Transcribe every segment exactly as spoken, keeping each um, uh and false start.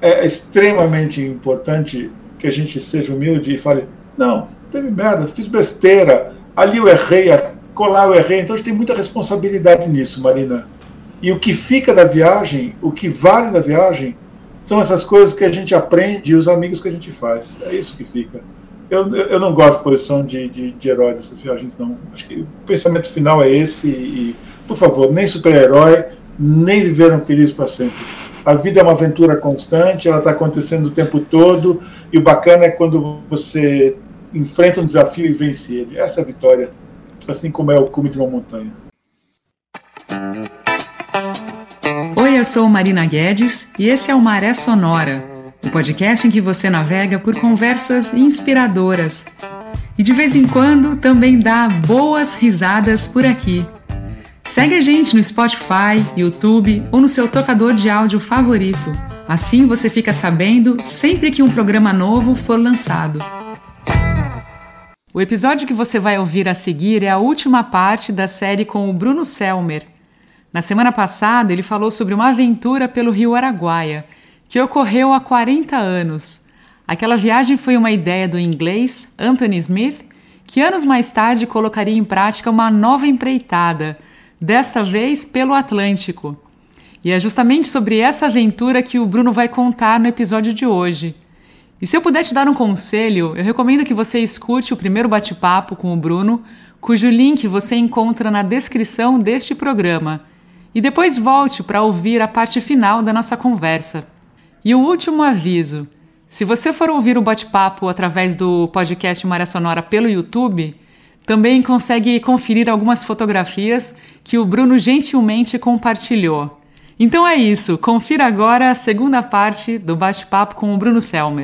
é extremamente importante que a gente seja humilde e fale, não, teve merda, fiz besteira, ali eu errei, colar eu errei, então a gente tem muita responsabilidade nisso, Marina. E o que fica da viagem, o que vale da viagem, são essas coisas que a gente aprende e os amigos que a gente faz. É isso que fica. Eu, eu não gosto de posição de, de, de herói dessas viagens, não. Acho que o pensamento final é esse e, por favor, nem super-herói, nem viveram felizes para sempre. A vida é uma aventura constante, ela está acontecendo o tempo todo, e o bacana é quando você enfrenta um desafio e vence ele. Essa é a vitória, assim como é o cume de uma montanha. Oi, eu sou Marina Guedes e esse é o Maré Sonora, o podcast em que você navega por conversas inspiradoras. E de vez em quando também dá boas risadas por aqui. Segue a gente no Spotify, YouTube ou no seu tocador de áudio favorito. Assim você fica sabendo sempre que um programa novo for lançado. O episódio que você vai ouvir a seguir é a última parte da série com o Bruno Selmer. Na semana passada, ele falou sobre uma aventura pelo Rio Araguaia, que ocorreu há quarenta anos. Aquela viagem foi uma ideia do inglês Anthony Smith, que anos mais tarde colocaria em prática uma nova empreitada, desta vez pelo Atlântico. E é justamente sobre essa aventura que o Bruno vai contar no episódio de hoje. E se eu puder te dar um conselho, eu recomendo que você escute o primeiro bate-papo com o Bruno, cujo link você encontra na descrição deste programa. E depois volte para ouvir a parte final da nossa conversa. E o último aviso, se você for ouvir o bate-papo através do podcast Maré Sonora pelo YouTube, também consegue conferir algumas fotografias que o Bruno gentilmente compartilhou. Então é isso, confira agora a segunda parte do bate-papo com o Bruno Selmer.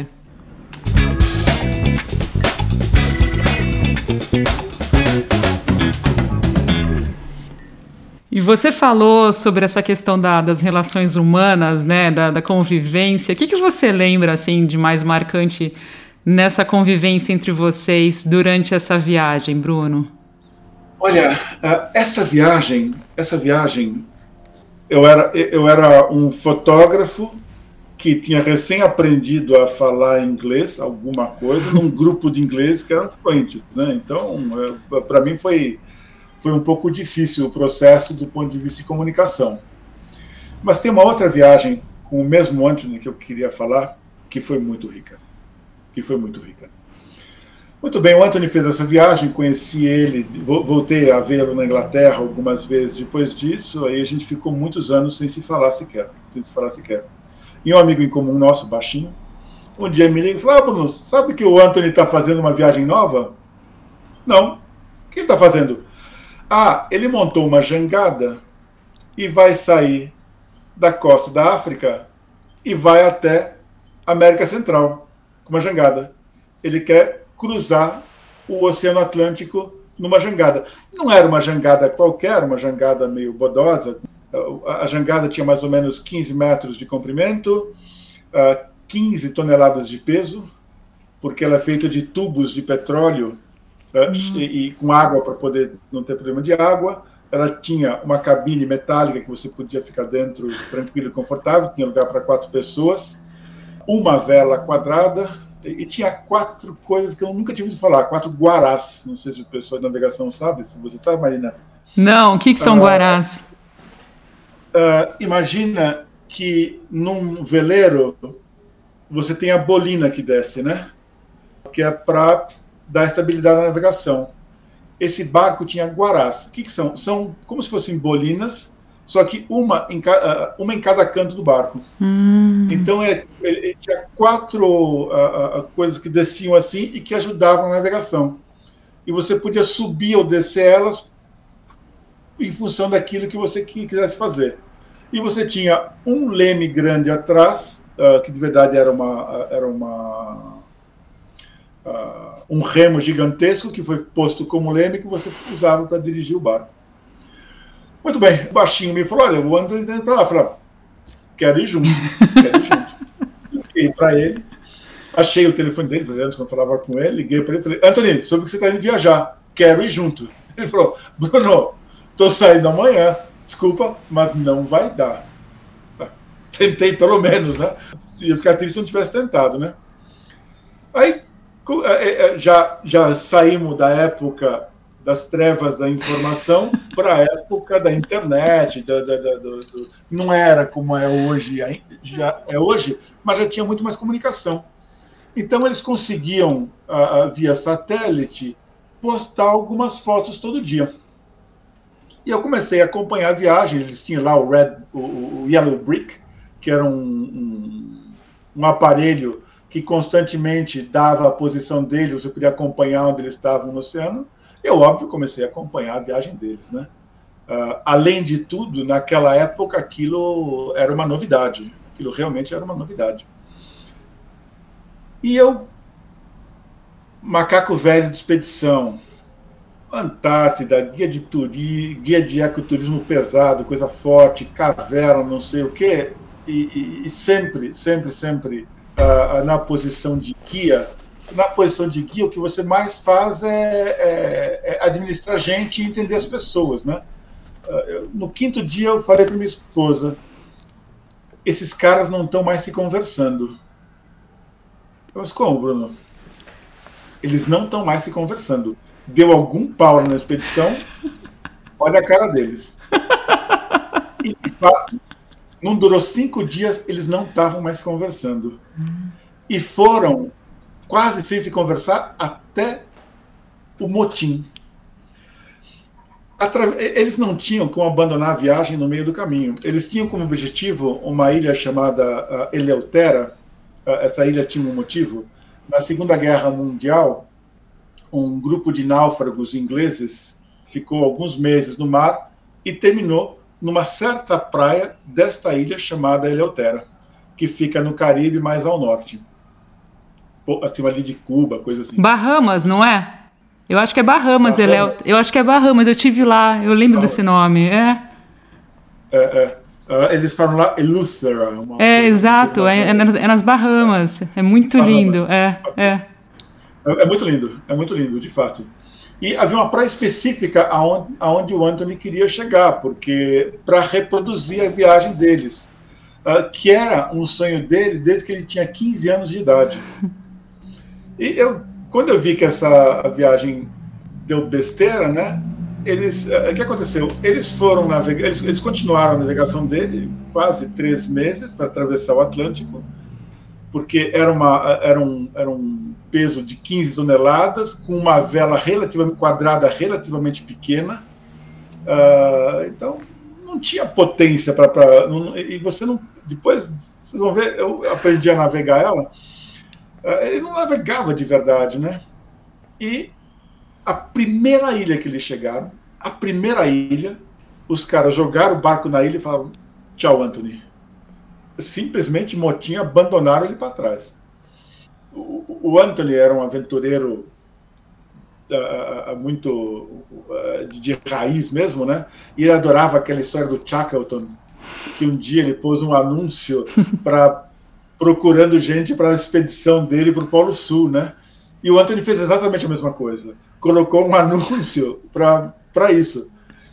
E você falou sobre essa questão da, das relações humanas, né, da, da convivência. O que, que você lembra assim, de mais marcante nessa convivência entre vocês durante essa viagem, Bruno? Olha, essa viagem, essa viagem, eu era, eu era um fotógrafo que tinha recém aprendido a falar inglês, alguma coisa, num grupo de inglês que eram fluentes, né? Então, para mim foi... Foi um pouco difícil o processo do ponto de vista de comunicação. Mas tem uma outra viagem com o mesmo Anthony que eu queria falar, que foi muito rica. Que foi muito rica. Muito bem, o Anthony fez essa viagem, conheci ele, voltei a vê-lo na Inglaterra algumas vezes depois disso, aí a gente ficou muitos anos sem se falar sequer. Sem se falar sequer. E um amigo em comum nosso, baixinho, um dia me liga e falou, ah, Bruno, sabe que o Anthony está fazendo uma viagem nova? Não. O que ele está fazendo? Ah, ele montou uma jangada e vai sair da costa da África e vai até a América Central com uma jangada. Ele quer cruzar o Oceano Atlântico numa jangada. Não era uma jangada qualquer, uma jangada meio bodosa. A jangada tinha mais ou menos quinze metros de comprimento, quinze toneladas de peso, porque ela é feita de tubos de petróleo Uhum. E, e com água para poder não ter problema de água. Ela tinha uma cabine metálica que você podia ficar dentro tranquilo e confortável, tinha lugar para quatro pessoas, uma vela quadrada e, e tinha quatro coisas que eu nunca tinha ouvido falar, quatro guarás. Não sei se o pessoal de navegação sabe, se você sabe, Marina. Não, o que, que são uh, guarás? Uh, imagina que num veleiro você tem a bolina que desce, né? Que é para da estabilidade na navegação. Esse barco tinha guarás. O que, que são? São como se fossem bolinas, só que uma em, ca... uma em cada canto do barco. Hum. Então, ele, ele tinha quatro uh, uh, coisas que desciam assim e que ajudavam na navegação. E você podia subir ou descer elas em função daquilo que você quisesse fazer. E você tinha um leme grande atrás, uh, que de verdade era uma... Uh, era uma Uh, um remo gigantesco que foi posto como leme que você usava para dirigir o barco. Muito bem, o baixinho me falou, olha, o Anthony está entrar lá. Eu falei, quero ir junto, quero ir junto. Liguei para ele, achei o telefone dele, fazia anos que eu falava com ele, liguei para ele e falei, Anthony, soube que você está indo viajar, quero ir junto. Ele falou, Bruno, estou saindo amanhã, desculpa, mas não vai dar. Tentei pelo menos, né? ia ficar triste se não tivesse tentado, né? Aí já, já saímos da época das trevas da informação para a época da internet, da, da, da, do, do, não era como é hoje, já é hoje, mas já tinha muito mais comunicação. Então eles conseguiam, uh, via satélite, postar algumas fotos todo dia. E eu comecei a acompanhar a viagem. Eles tinham lá o, Red, o, o Yellow Brick, que era um, um, um aparelho que constantemente dava a posição deles, você podia acompanhar onde eles estavam no oceano. Eu, óbvio, comecei a acompanhar a viagem deles, né? Uh, além de tudo, naquela época, aquilo era uma novidade. Aquilo realmente era uma novidade. E eu, macaco velho de expedição, Antártida, guia de turismo, guia de ecoturismo pesado, coisa forte, caverna, não sei o quê, e, e, e sempre, sempre, sempre uh, na posição de guia. Na posição de guia, o que você mais faz é, é, é administrar gente e entender as pessoas, né? Uh, eu, no quinto dia eu falei para minha esposa, esses caras não estão mais se conversando. Mas como, Bruno? Eles não estão mais se conversando. Deu algum pau na expedição, olha a cara deles. E, de fato, não durou cinco dias, eles não estavam mais conversando. E foram quase sem se conversar até o motim. Eles não tinham como abandonar a viagem no meio do caminho. Eles tinham como objetivo uma ilha chamada Eleuthera. Essa ilha tinha um motivo. Na Segunda Guerra Mundial, um grupo de náufragos ingleses ficou alguns meses no mar e terminou numa certa praia desta ilha chamada Eleuthera, que fica no Caribe, mais ao norte. Acima ali de Cuba, coisa assim. Bahamas, não é? Eu acho que é Bahamas, Bahamas. Eu acho que é Bahamas, eu estive lá, eu lembro Bahamas. Desse nome. É, é, é. Uh, eles falam lá Eleuthera. É, coisa, exato, é, é, nas, é nas Bahamas. É, é muito Bahamas. Lindo. É, okay. é. é, é muito lindo, é muito lindo, de fato. E havia uma praia específica aonde, aonde o Anthony queria chegar, porque para reproduzir a viagem deles, uh, que era um sonho dele desde que ele tinha quinze anos de idade. E eu, quando eu vi que essa viagem deu besteira, né? Eles, o que aconteceu? Eles foram navegar, eles, eles continuaram a navegação dele quase três meses para atravessar o Atlântico, porque era, uma, era, um, era um peso de quinze toneladas, com uma vela relativamente quadrada, relativamente pequena. Uh, então, não tinha potência para. E você não. Depois, vocês vão ver, eu aprendi a navegar ela. Uh, ele não navegava de verdade, né? E a primeira ilha que eles chegaram, a primeira ilha, os caras jogaram o barco na ilha e falaram: tchau, Anthony. Simplesmente, motinho, abandonaram ele para trás. O, o Anthony era um aventureiro uh, uh, muito uh, de, de raiz mesmo, né? E ele adorava aquela história do Shackleton, que um dia ele pôs um anúncio para procurando gente para a expedição dele para o Polo Sul, né? E o Anthony fez exatamente a mesma coisa. Colocou um anúncio para isso.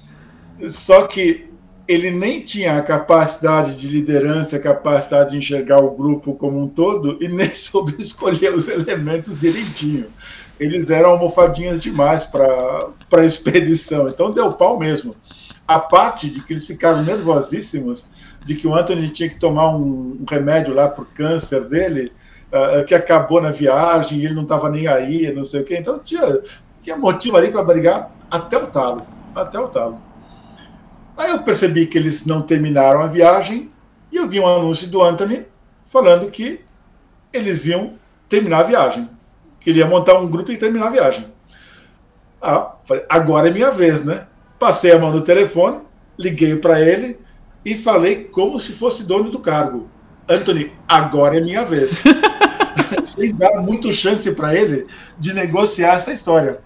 Só que ele nem tinha a capacidade de liderança, a capacidade de enxergar o grupo como um todo e nem soube escolher os elementos direitinho. Eles eram almofadinhas demais para a expedição. Então deu pau mesmo. A parte de que eles ficaram nervosíssimos, de que o Anthony tinha que tomar um, um remédio lá para o câncer dele, uh, que acabou na viagem e ele não estava nem aí, não sei o quê. Então tinha, tinha motivo ali para brigar até o talo. Até o talo. Aí eu percebi que eles não terminaram a viagem e eu vi um anúncio do Anthony falando que eles iam terminar a viagem. Que ele ia montar um grupo e terminar a viagem. Ah, falei, agora é minha vez, né? Passei a mão no telefone, liguei para ele e falei como se fosse dono do cargo. Anthony, agora é minha vez. Sem dar muito chance para ele de negociar essa história.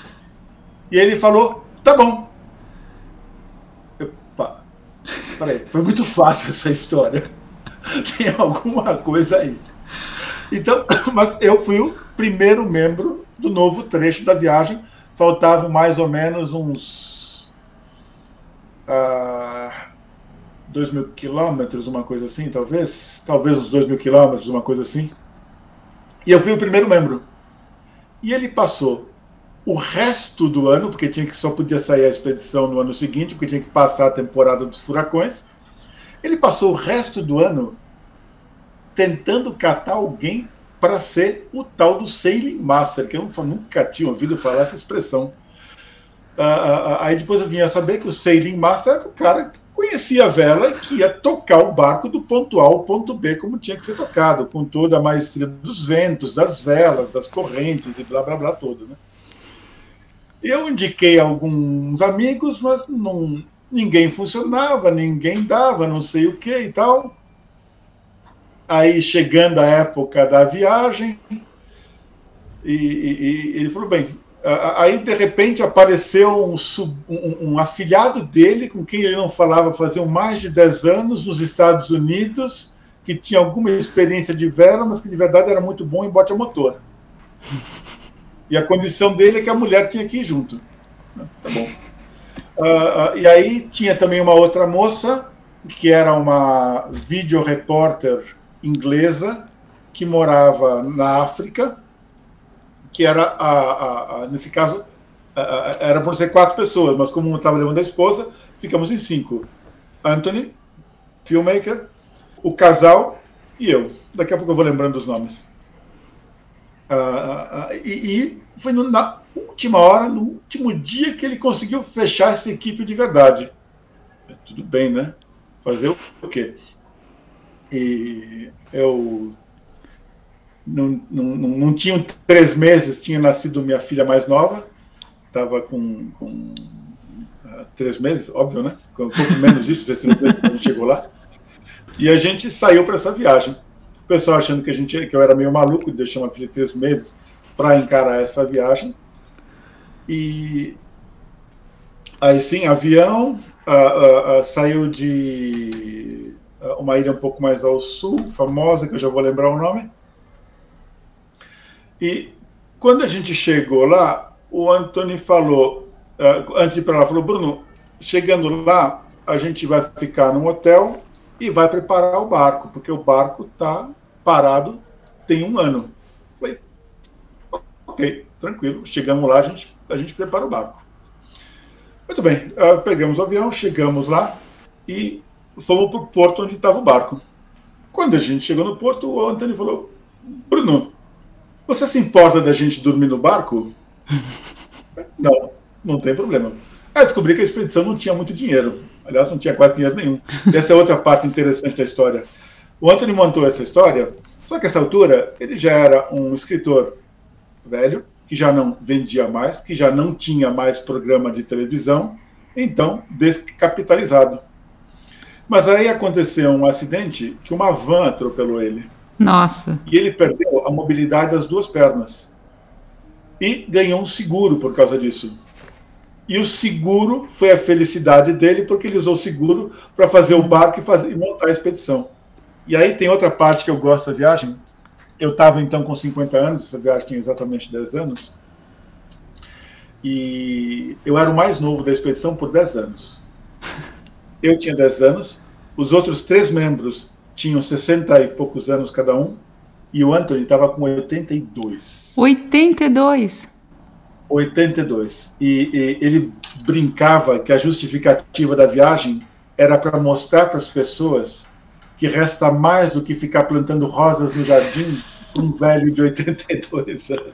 E ele falou, tá bom. Eu, pá, peraí, foi muito fácil essa história. Tem alguma coisa aí. Então, mas eu fui o primeiro membro do novo trecho da viagem. Faltavam mais ou menos uns uh, dois mil quilômetros, uma coisa assim, talvez. Talvez uns dois mil quilômetros, uma coisa assim. E eu fui o primeiro membro. E ele passou o resto do ano, porque tinha que, só podia sair a expedição no ano seguinte, porque tinha que passar a temporada dos furacões. Ele passou o resto do ano tentando catar alguém para ser o tal do Sailing Master, que eu nunca tinha ouvido falar essa expressão. Uh, aí depois eu vinha saber que o Sailing Master era o cara que conhecia a vela e que ia tocar o barco do ponto A ao ponto B como tinha que ser tocado, com toda a maestria dos ventos, das velas, das correntes e blá blá blá todo, né? Eu indiquei alguns amigos, mas não, ninguém funcionava, ninguém dava, não sei o que e tal. Aí, chegando a época da viagem, e, e, e ele falou, bem, aí, de repente, apareceu um, sub, um, um afilhado dele, com quem ele não falava faziam mais de dez anos, nos Estados Unidos, que tinha alguma experiência de vela, mas que, de verdade, era muito bom em bote a motor. E a condição dele é que a mulher tinha que ir junto. Tá bom. Uh, uh, e aí, tinha também uma outra moça, que era uma video repórter inglesa que morava na África, que era, a, a, a, nesse caso, a, a, era por ser quatro pessoas, mas como não estava levando a esposa, ficamos em cinco. Anthony, filmmaker, o casal e eu. Daqui a pouco eu vou lembrando dos nomes. Uh, uh, e, e foi no, na última hora, no último dia, que ele conseguiu fechar essa equipe de verdade. Tudo bem, né? Fazer o quê? E eu não, não, não tinha três meses, tinha nascido minha filha mais nova, estava com, com uh, três meses, óbvio, né? Com um pouco menos disso, fez três meses quando a gente chegou lá. E a gente saiu para essa viagem. O pessoal achando que, a gente, que eu era meio maluco de deixar uma filha de três meses para encarar essa viagem. E aí sim, avião, uh, uh, uh, saiu de uma ilha um pouco mais ao sul, famosa, que eu já vou lembrar o nome. E quando a gente chegou lá, o Anthony falou, uh, antes de ir para lá, falou, Bruno, chegando lá, a gente vai ficar num hotel e vai preparar o barco, porque o barco está parado tem um ano. Falei, ok, tranquilo, chegamos lá, a gente, a gente prepara o barco. Muito bem, uh, pegamos o avião, chegamos lá e fomos para o porto onde estava o barco. Quando a gente chegou no porto, o Anthony falou, Bruno, você se importa da gente dormir no barco? Não, não tem problema. Aí descobri que a expedição não tinha muito dinheiro. Aliás, não tinha quase dinheiro nenhum. Essa é outra parte interessante da história. O Anthony montou essa história, só que a essa altura ele já era um escritor velho, que já não vendia mais, que já não tinha mais programa de televisão, então descapitalizado. Mas aí aconteceu um acidente que uma van atropelou ele. Nossa. E ele perdeu a mobilidade das duas pernas. E ganhou um seguro por causa disso. E o seguro foi a felicidade dele, porque ele usou o seguro para fazer o barco e, fazer, e montar a expedição. E aí tem outra parte que eu gosto da viagem. Eu estava então com cinquenta anos, essa viagem tinha exatamente dez anos. E eu era o mais novo da expedição por dez anos. Eu tinha dez anos, os outros três membros tinham sessenta e poucos anos cada um, e o Anthony estava com oitenta e dois. oitenta e dois? oitenta e dois. E, e ele brincava que a justificativa da viagem era para mostrar para as pessoas que resta mais do que ficar plantando rosas no jardim para um velho de oitenta e dois anos.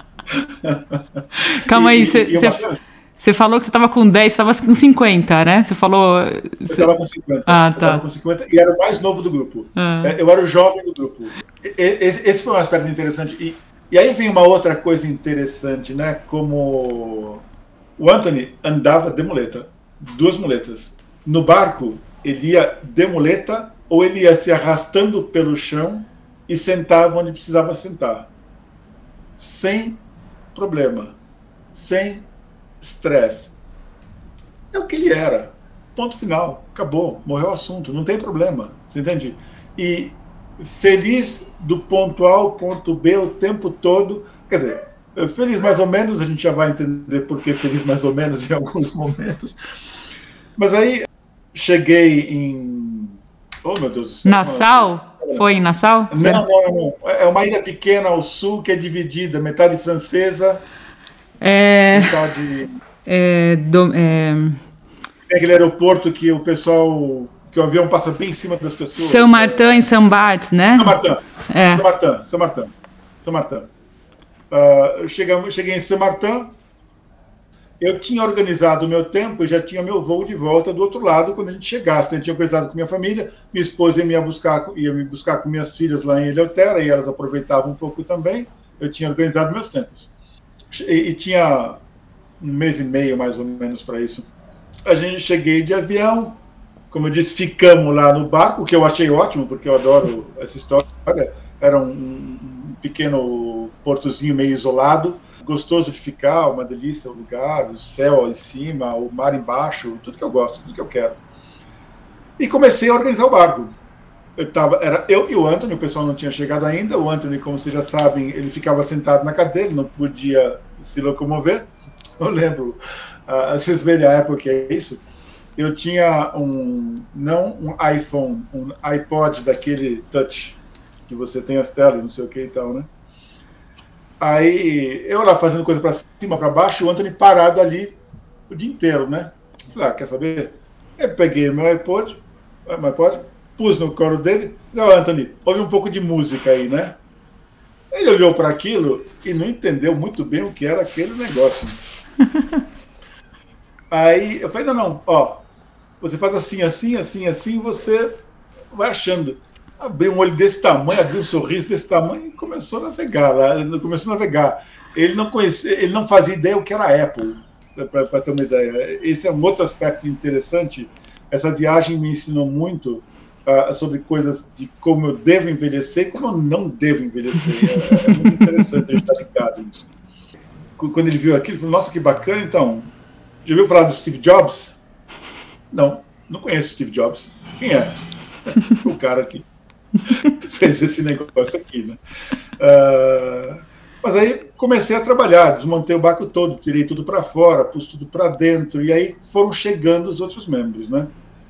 Calma aí, você... Você falou que você estava com dez, você estava com cinquenta, né? Você falou... Eu estava com cinquenta. Ah, tá. Eu estava com cinquenta e era o mais novo do grupo. Ah. Eu era o jovem do grupo. Esse foi um aspecto interessante. E, e aí vem uma outra coisa interessante, né? Como o Anthony andava de muleta, duas muletas. No barco, ele ia de muleta ou ele ia se arrastando pelo chão e sentava onde precisava sentar. Sem problema. Sem estresse. É o que ele era. Ponto final. Acabou. Morreu o assunto. Não tem problema. Você entende? E feliz do ponto A ao ponto B o tempo todo. Quer dizer, feliz mais ou menos, a gente já vai entender por que feliz mais ou menos em alguns momentos. Mas aí cheguei em Oh, meu Deus do céu. Nassau? Foi em Nassau? Não, não, não, não. É uma ilha pequena ao sul que é dividida, metade francesa, É... metade... É, do, é... Tem aquele aeroporto que o pessoal... que o avião passa bem em cima das pessoas. Saint-Martin é... e Saint-Barth, né? Saint-Martin. É. Saint-Martin. Saint-Martin. Saint-Martin. Uh, cheguei, cheguei em Saint-Martin. Eu tinha organizado o meu tempo e já tinha meu voo de volta do outro lado quando a gente chegasse. Eu tinha organizado com minha família, minha esposa ia me buscar, ia me buscar com minhas filhas lá em Eleutéria e elas aproveitavam um pouco também. Eu tinha organizado meus tempos. E, e tinha um mês e meio, mais ou menos, para isso. A gente cheguei de avião, como eu disse, ficamos lá no barco, o que eu achei ótimo, porque eu adoro essa história. Era um, um pequeno portozinho meio isolado, gostoso de ficar, uma delícia o lugar, o céu em cima, o mar embaixo, tudo que eu gosto, tudo que eu quero. E comecei a organizar o barco. Eu tava, era eu e o Anthony, o pessoal não tinha chegado ainda. O Anthony, como vocês já sabem, ele ficava sentado na cadeira, ele não podia se locomover. Eu lembro, uh, vocês verem a época que é isso. Eu tinha um, não um iPhone, um iPod daquele touch, que você tem as telas, não sei o que e tal, né? Aí, eu lá fazendo coisa para cima, para baixo, o Anthony parado ali o dia inteiro, né? Falei, ah, quer saber? Eu peguei o meu iPod, meu iPod, pus no colo dele, falei, ó, Anthony, ouve um pouco de música aí, né? Ele olhou para aquilo e não entendeu muito bem o que era aquele negócio. Aí, eu falei, não, não, ó, você faz assim, assim, assim, assim, você vai achando. Abriu um olho desse tamanho, abriu um sorriso desse tamanho e começou a navegar lá. Começou a navegar. Ele não conhecia, ele não fazia ideia o que era a Apple, para ter uma ideia. Esse é um outro aspecto interessante. Essa viagem me ensinou muito uh, sobre coisas de como eu devo envelhecer e como eu não devo envelhecer. É, é muito interessante a gente estar ligado nisso. Quando ele viu aquilo, ele falou, nossa, que bacana. Então, já ouviu falar do Steve Jobs? Não, não conheço o Steve Jobs. Quem é? O cara aqui. Fez esse negócio aqui, né? Uh, mas aí comecei a trabalhar, desmontei o barco todo, tirei tudo para fora, pus tudo para dentro, e aí foram chegando os outros membros, né?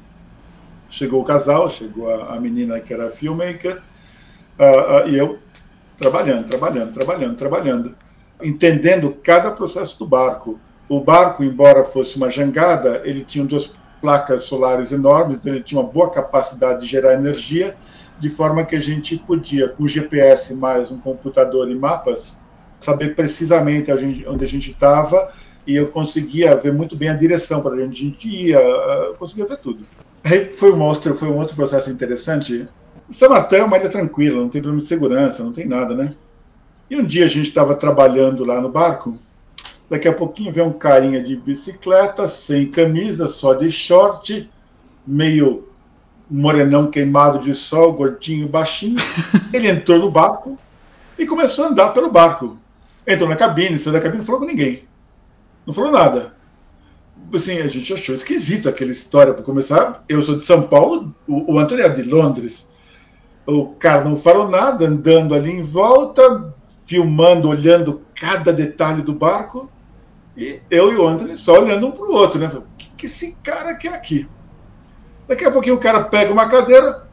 Chegou o casal, chegou a, a menina que era filmmaker, uh, uh, e eu trabalhando, trabalhando, trabalhando, trabalhando, entendendo cada processo do barco. O barco, embora fosse uma jangada, ele tinha duas placas solares enormes, então ele tinha uma boa capacidade de gerar energia, de forma que a gente podia, com G P S mais um computador e mapas, saber precisamente onde a gente estava, e eu conseguia ver muito bem a direção para onde a gente ia, eu conseguia ver tudo. Aí foi um outro, foi um outro processo interessante. Saint-Martin é uma ilha tranquila, não tem problema de segurança, não tem nada, né? E um dia a gente estava trabalhando lá no barco, daqui a pouquinho vem um carinha de bicicleta, sem camisa, só de short, meio morenão queimado de sol, gordinho, baixinho. Ele entrou no barco e começou a andar pelo barco. Entrou na cabine, saiu da cabine, não falou com ninguém. Não falou nada. Assim, a gente achou esquisito aquela história. Para começar, eu sou de São Paulo, o, o Antônio é de Londres. O cara não falou nada, andando ali em volta, filmando, olhando cada detalhe do barco. E eu e o Anthony só olhando um para o outro, né? O que, que esse cara quer aqui? Daqui a pouquinho o cara pega uma cadeira,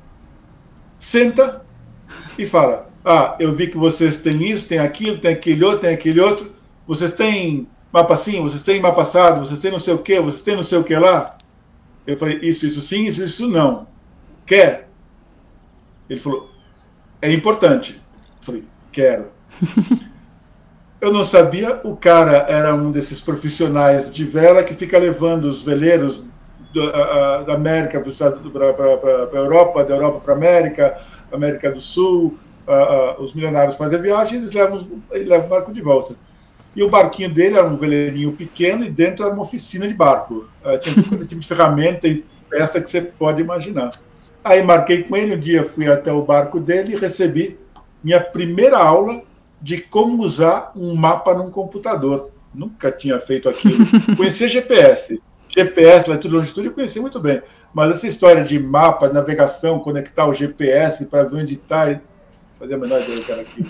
senta e fala, ah, eu vi que vocês têm isso, tem aquilo, tem aquele outro, tem aquele outro, vocês têm mapa sim, vocês têm mapa passado, vocês têm não sei o que, vocês têm não sei o que lá. Eu falei, isso, isso sim, isso, isso não. Quer? Ele falou, é importante. Eu falei, quero. Eu não sabia, o cara era um desses profissionais de vela que fica levando os veleiros do, a, a, da América para a Europa, da Europa para a América, América do Sul, a, a, os milionários fazem a viagem, eles levam, eles levam o barco de volta. E o barquinho dele era um veleirinho pequeno e dentro era uma oficina de barco. Uh, tinha todo tipo de ferramenta e peça que você pode imaginar. Aí marquei com ele, um dia fui até o barco dele e recebi minha primeira aula de como usar um mapa num computador. Nunca tinha feito aquilo. Conhecia G P S. G P S, latitude e longitude, eu conhecia muito bem. Mas essa história de mapa, navegação, conectar o G P S para ver onde está, fazia a menor ideia do que era aquilo.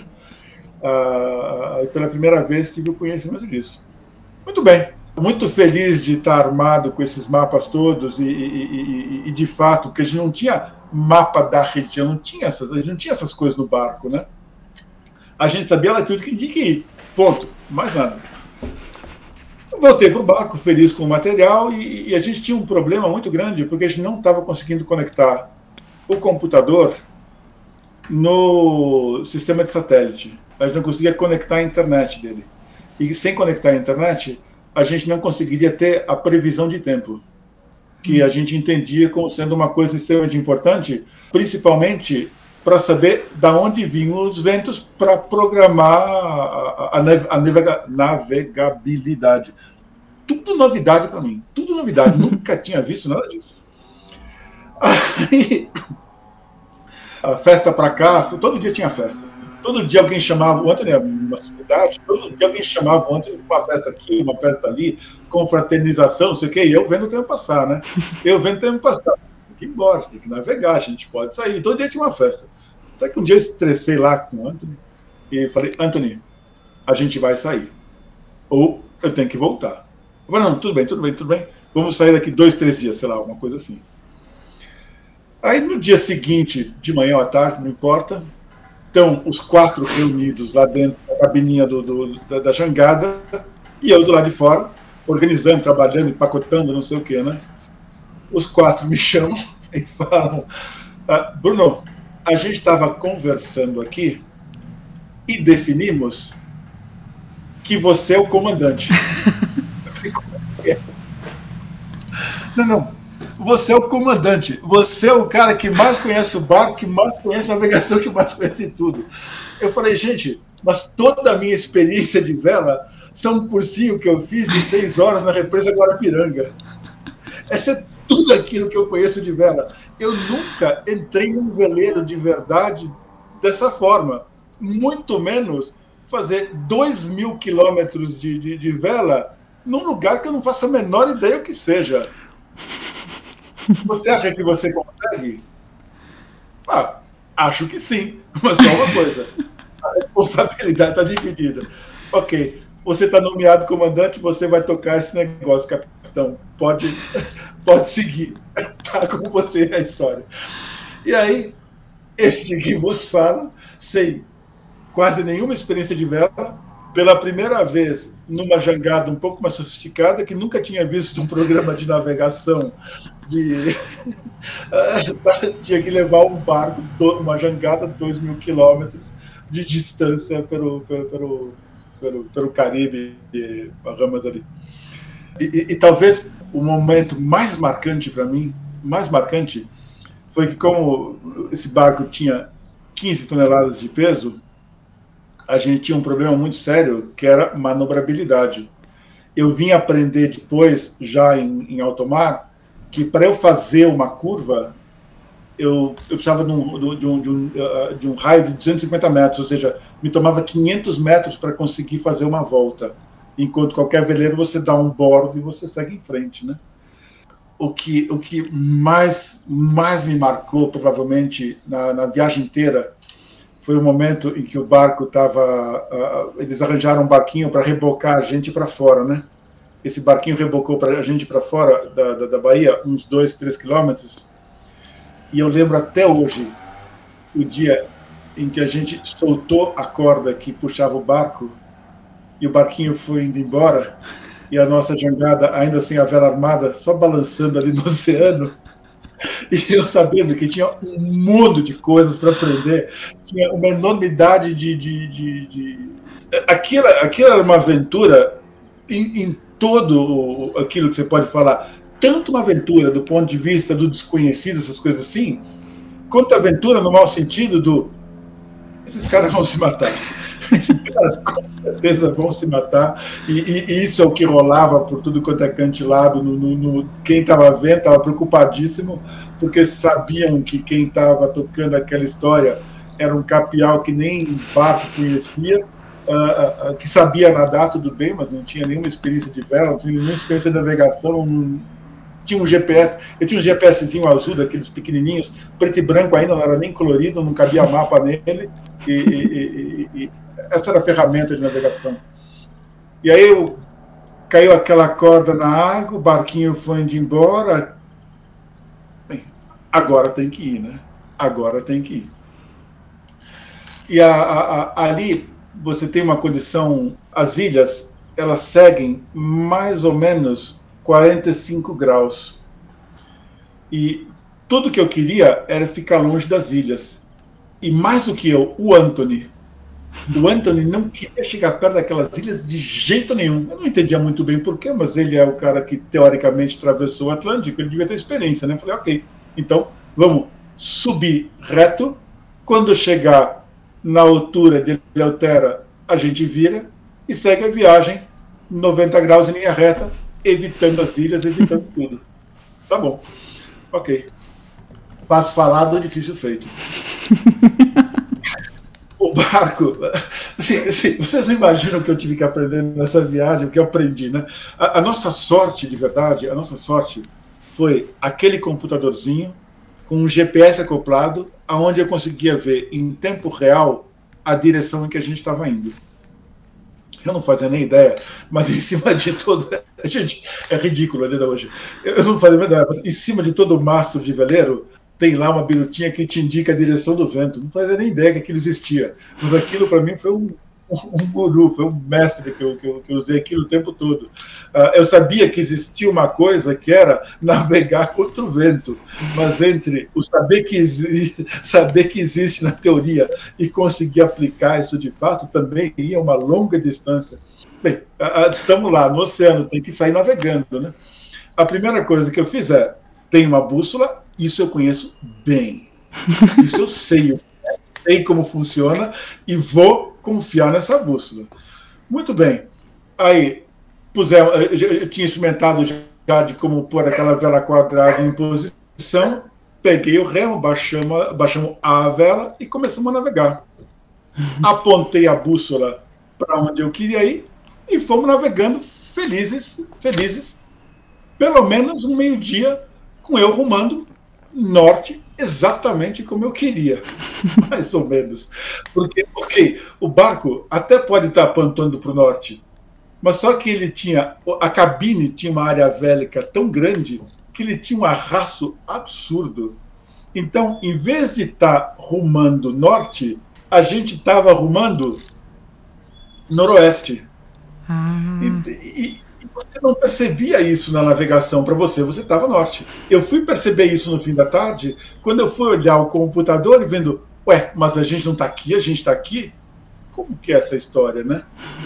Uh, pela primeira vez tive o conhecimento disso. Muito bem. Muito feliz de estar armado com esses mapas todos e, e, e, e de fato, porque a gente não tinha mapa da região, não tinha essas, a gente não tinha essas coisas no barco, né? A gente sabia a latitude que tinha que ir, ponto, mais nada. Eu voltei para o barco, feliz com o material, e, e a gente tinha um problema muito grande, porque a gente não estava conseguindo conectar o computador no sistema de satélite. A gente não conseguia conectar a internet dele. E sem conectar a internet, a gente não conseguiria ter a previsão de tempo, que a gente entendia como sendo uma coisa extremamente importante, principalmente para saber de onde vinham os ventos para programar a, a, a navega, navegabilidade. Tudo novidade para mim, tudo novidade. Nunca tinha visto nada disso. Aí, a festa para cá, todo dia tinha festa. Todo dia alguém chamava, ontem era uma cidade, todo dia alguém chamava ontem uma festa aqui, uma festa ali, confraternização, não sei o quê, e eu vendo o tempo passar, né? Eu vendo o tempo passar. Tem que ir embora, tem que navegar, a gente pode sair. Todo dia tinha uma festa. Até que um dia eu estressei lá com o Anthony e falei, Anthony, a gente vai sair. Ou eu tenho que voltar. Eu falei, não, tudo bem, tudo bem, tudo bem. Vamos sair daqui dois, três dias, sei lá, alguma coisa assim. Aí no dia seguinte, de manhã ou à tarde, não importa, estão os quatro reunidos lá dentro da cabininha do, do, da, da jangada, e eu do lado de fora, organizando, trabalhando, empacotando, não sei o que, né? Os quatro me chamam e falam, ah, Bruno, a gente estava conversando aqui e definimos que você é o comandante. Não, não. Você é o comandante. Você é o cara que mais conhece o barco, que mais conhece a navegação, que mais conhece tudo. Eu falei, gente, mas toda a minha experiência de vela são um cursinho que eu fiz de seis horas na represa Guarapiranga. Essa é tudo aquilo que eu conheço de vela. Eu nunca entrei num veleiro de verdade dessa forma. Muito menos fazer dois mil quilômetros de, de, de vela num lugar que eu não faço a menor ideia o que seja. Você acha que você consegue? Ah, acho que sim, mas só uma coisa. A responsabilidade está dividida. Ok, você está nomeado comandante, você vai tocar esse negócio, capitão. Pode, pode seguir. Tá com você a história. E aí, esse que vos fala, sem quase nenhuma experiência de vela, pela primeira vez numa jangada um pouco mais sofisticada, que nunca tinha visto um programa de navegação de... tinha que levar um barco, uma jangada de dois mil quilômetros de distância pelo, pelo, pelo, pelo, pelo Caribe e Bahamas ali. E, e, e talvez o momento mais marcante para mim, mais marcante, foi que como esse barco tinha quinze toneladas de peso, a gente tinha um problema muito sério, que era manobrabilidade. Eu vim aprender depois, já em, em alto mar, que para eu fazer uma curva, eu, eu precisava de um, de, um, de, um, de um raio de duzentos e cinquenta metros, ou seja, me tomava quinhentos metros para conseguir fazer uma volta. Enquanto qualquer veleiro, você dá um bordo e você segue em frente, né? O que, o que mais, mais me marcou, provavelmente, na, na viagem inteira, foi o momento em que o barco estava... Uh, eles arranjaram um barquinho para rebocar a gente para fora, né? Esse barquinho rebocou para a gente para fora da, da, da Bahia, uns dois, três quilômetros. E eu lembro até hoje o dia em que a gente soltou a corda que puxava o barco e o barquinho foi indo embora e a nossa jangada, ainda sem a vela armada, só balançando ali no oceano. E eu sabendo que tinha um mundo de coisas para aprender, tinha uma enormidade de... de, de, de... Aquilo, aquilo era uma aventura em, em todo aquilo que você pode falar. Tanto uma aventura do ponto de vista do desconhecido, essas coisas assim, quanto a aventura no mau sentido do... Esses caras vão se matar. Esses caras com certeza vão se matar. E, e, e isso é o que rolava por tudo quanto é cantilado. No, no, no, quem estava vendo estava preocupadíssimo, porque sabiam que quem estava tocando aquela história era um capial que nem barco conhecia, uh, uh, que sabia nadar, tudo bem, mas não tinha nenhuma experiência de vela, não tinha nenhuma experiência de navegação, não, tinha um G P S, eu tinha um GPSzinho azul, daqueles pequenininhos, preto e branco ainda, não era nem colorido, não cabia mapa nele, e, e, e, e essa era a ferramenta de navegação. E aí eu, caiu aquela corda na água, o barquinho foi indo embora. Bem, agora tem que ir, né? Agora tem que ir. E a, a, a, ali você tem uma condição, as ilhas, elas seguem mais ou menos quarenta e cinco graus. E tudo que eu queria era ficar longe das ilhas. E mais do que eu, o Anthony. O Anthony não queria chegar perto daquelas ilhas de jeito nenhum. Eu não entendia muito bem porquê, mas ele é o cara que teoricamente atravessou o Atlântico, ele devia ter experiência, né? Eu falei, ok, então vamos subir reto. Quando chegar na altura de Eleuthera, a gente vira e segue a viagem noventa graus em linha reta, evitando as ilhas, evitando tudo. Tá bom. Ok. Passo falado, difícil feito. O barco, assim, assim, vocês não imaginam o que eu tive que aprender nessa viagem, o que eu aprendi, né? A, a nossa sorte, de verdade, a nossa sorte foi aquele computadorzinho com um G P S acoplado, aonde eu conseguia ver em tempo real a direção em que a gente estava indo. Eu não fazia nem ideia, mas em cima de todo... Gente, é ridículo ainda hoje. Eu não fazia nem ideia, mas em cima de todo o mastro de veleiro tem lá uma birutinha que te indica a direção do vento. Não fazia nem ideia que aquilo existia. Mas aquilo, para mim, foi um, um guru, foi um mestre que eu, que eu, que eu usei aquilo o tempo todo. Uh, eu sabia que existia uma coisa que era navegar contra o vento, mas entre o saber que, existe, saber que existe na teoria e conseguir aplicar isso de fato, também ia uma longa distância. Bem, estamos uh, lá no oceano, tem que sair navegando, né? A primeira coisa que eu fiz é, tem uma bússola. Isso eu conheço bem. Isso eu sei, eu sei como funciona e vou confiar nessa bússola. Muito bem. Aí, pusemos, eu tinha experimentado já de como pôr aquela vela quadrada em posição, peguei o remo, baixamos, baixamos a vela e começamos a navegar. Apontei a bússola para onde eu queria ir e fomos navegando felizes, felizes, pelo menos um meio-dia com eu rumando norte, exatamente como eu queria, mais ou menos. Porque, ok, o barco até pode estar apontando para o norte, mas só que ele tinha, a cabine tinha uma área vélica tão grande que ele tinha um arrasto absurdo. Então, em vez de estar rumando norte, a gente estava rumando noroeste. Ah. E, e, você não percebia isso na navegação para você, você estava norte. Eu fui perceber isso no fim da tarde, quando eu fui olhar o computador e vendo, ué, mas a gente não está aqui, a gente está aqui? Como que é essa história, né?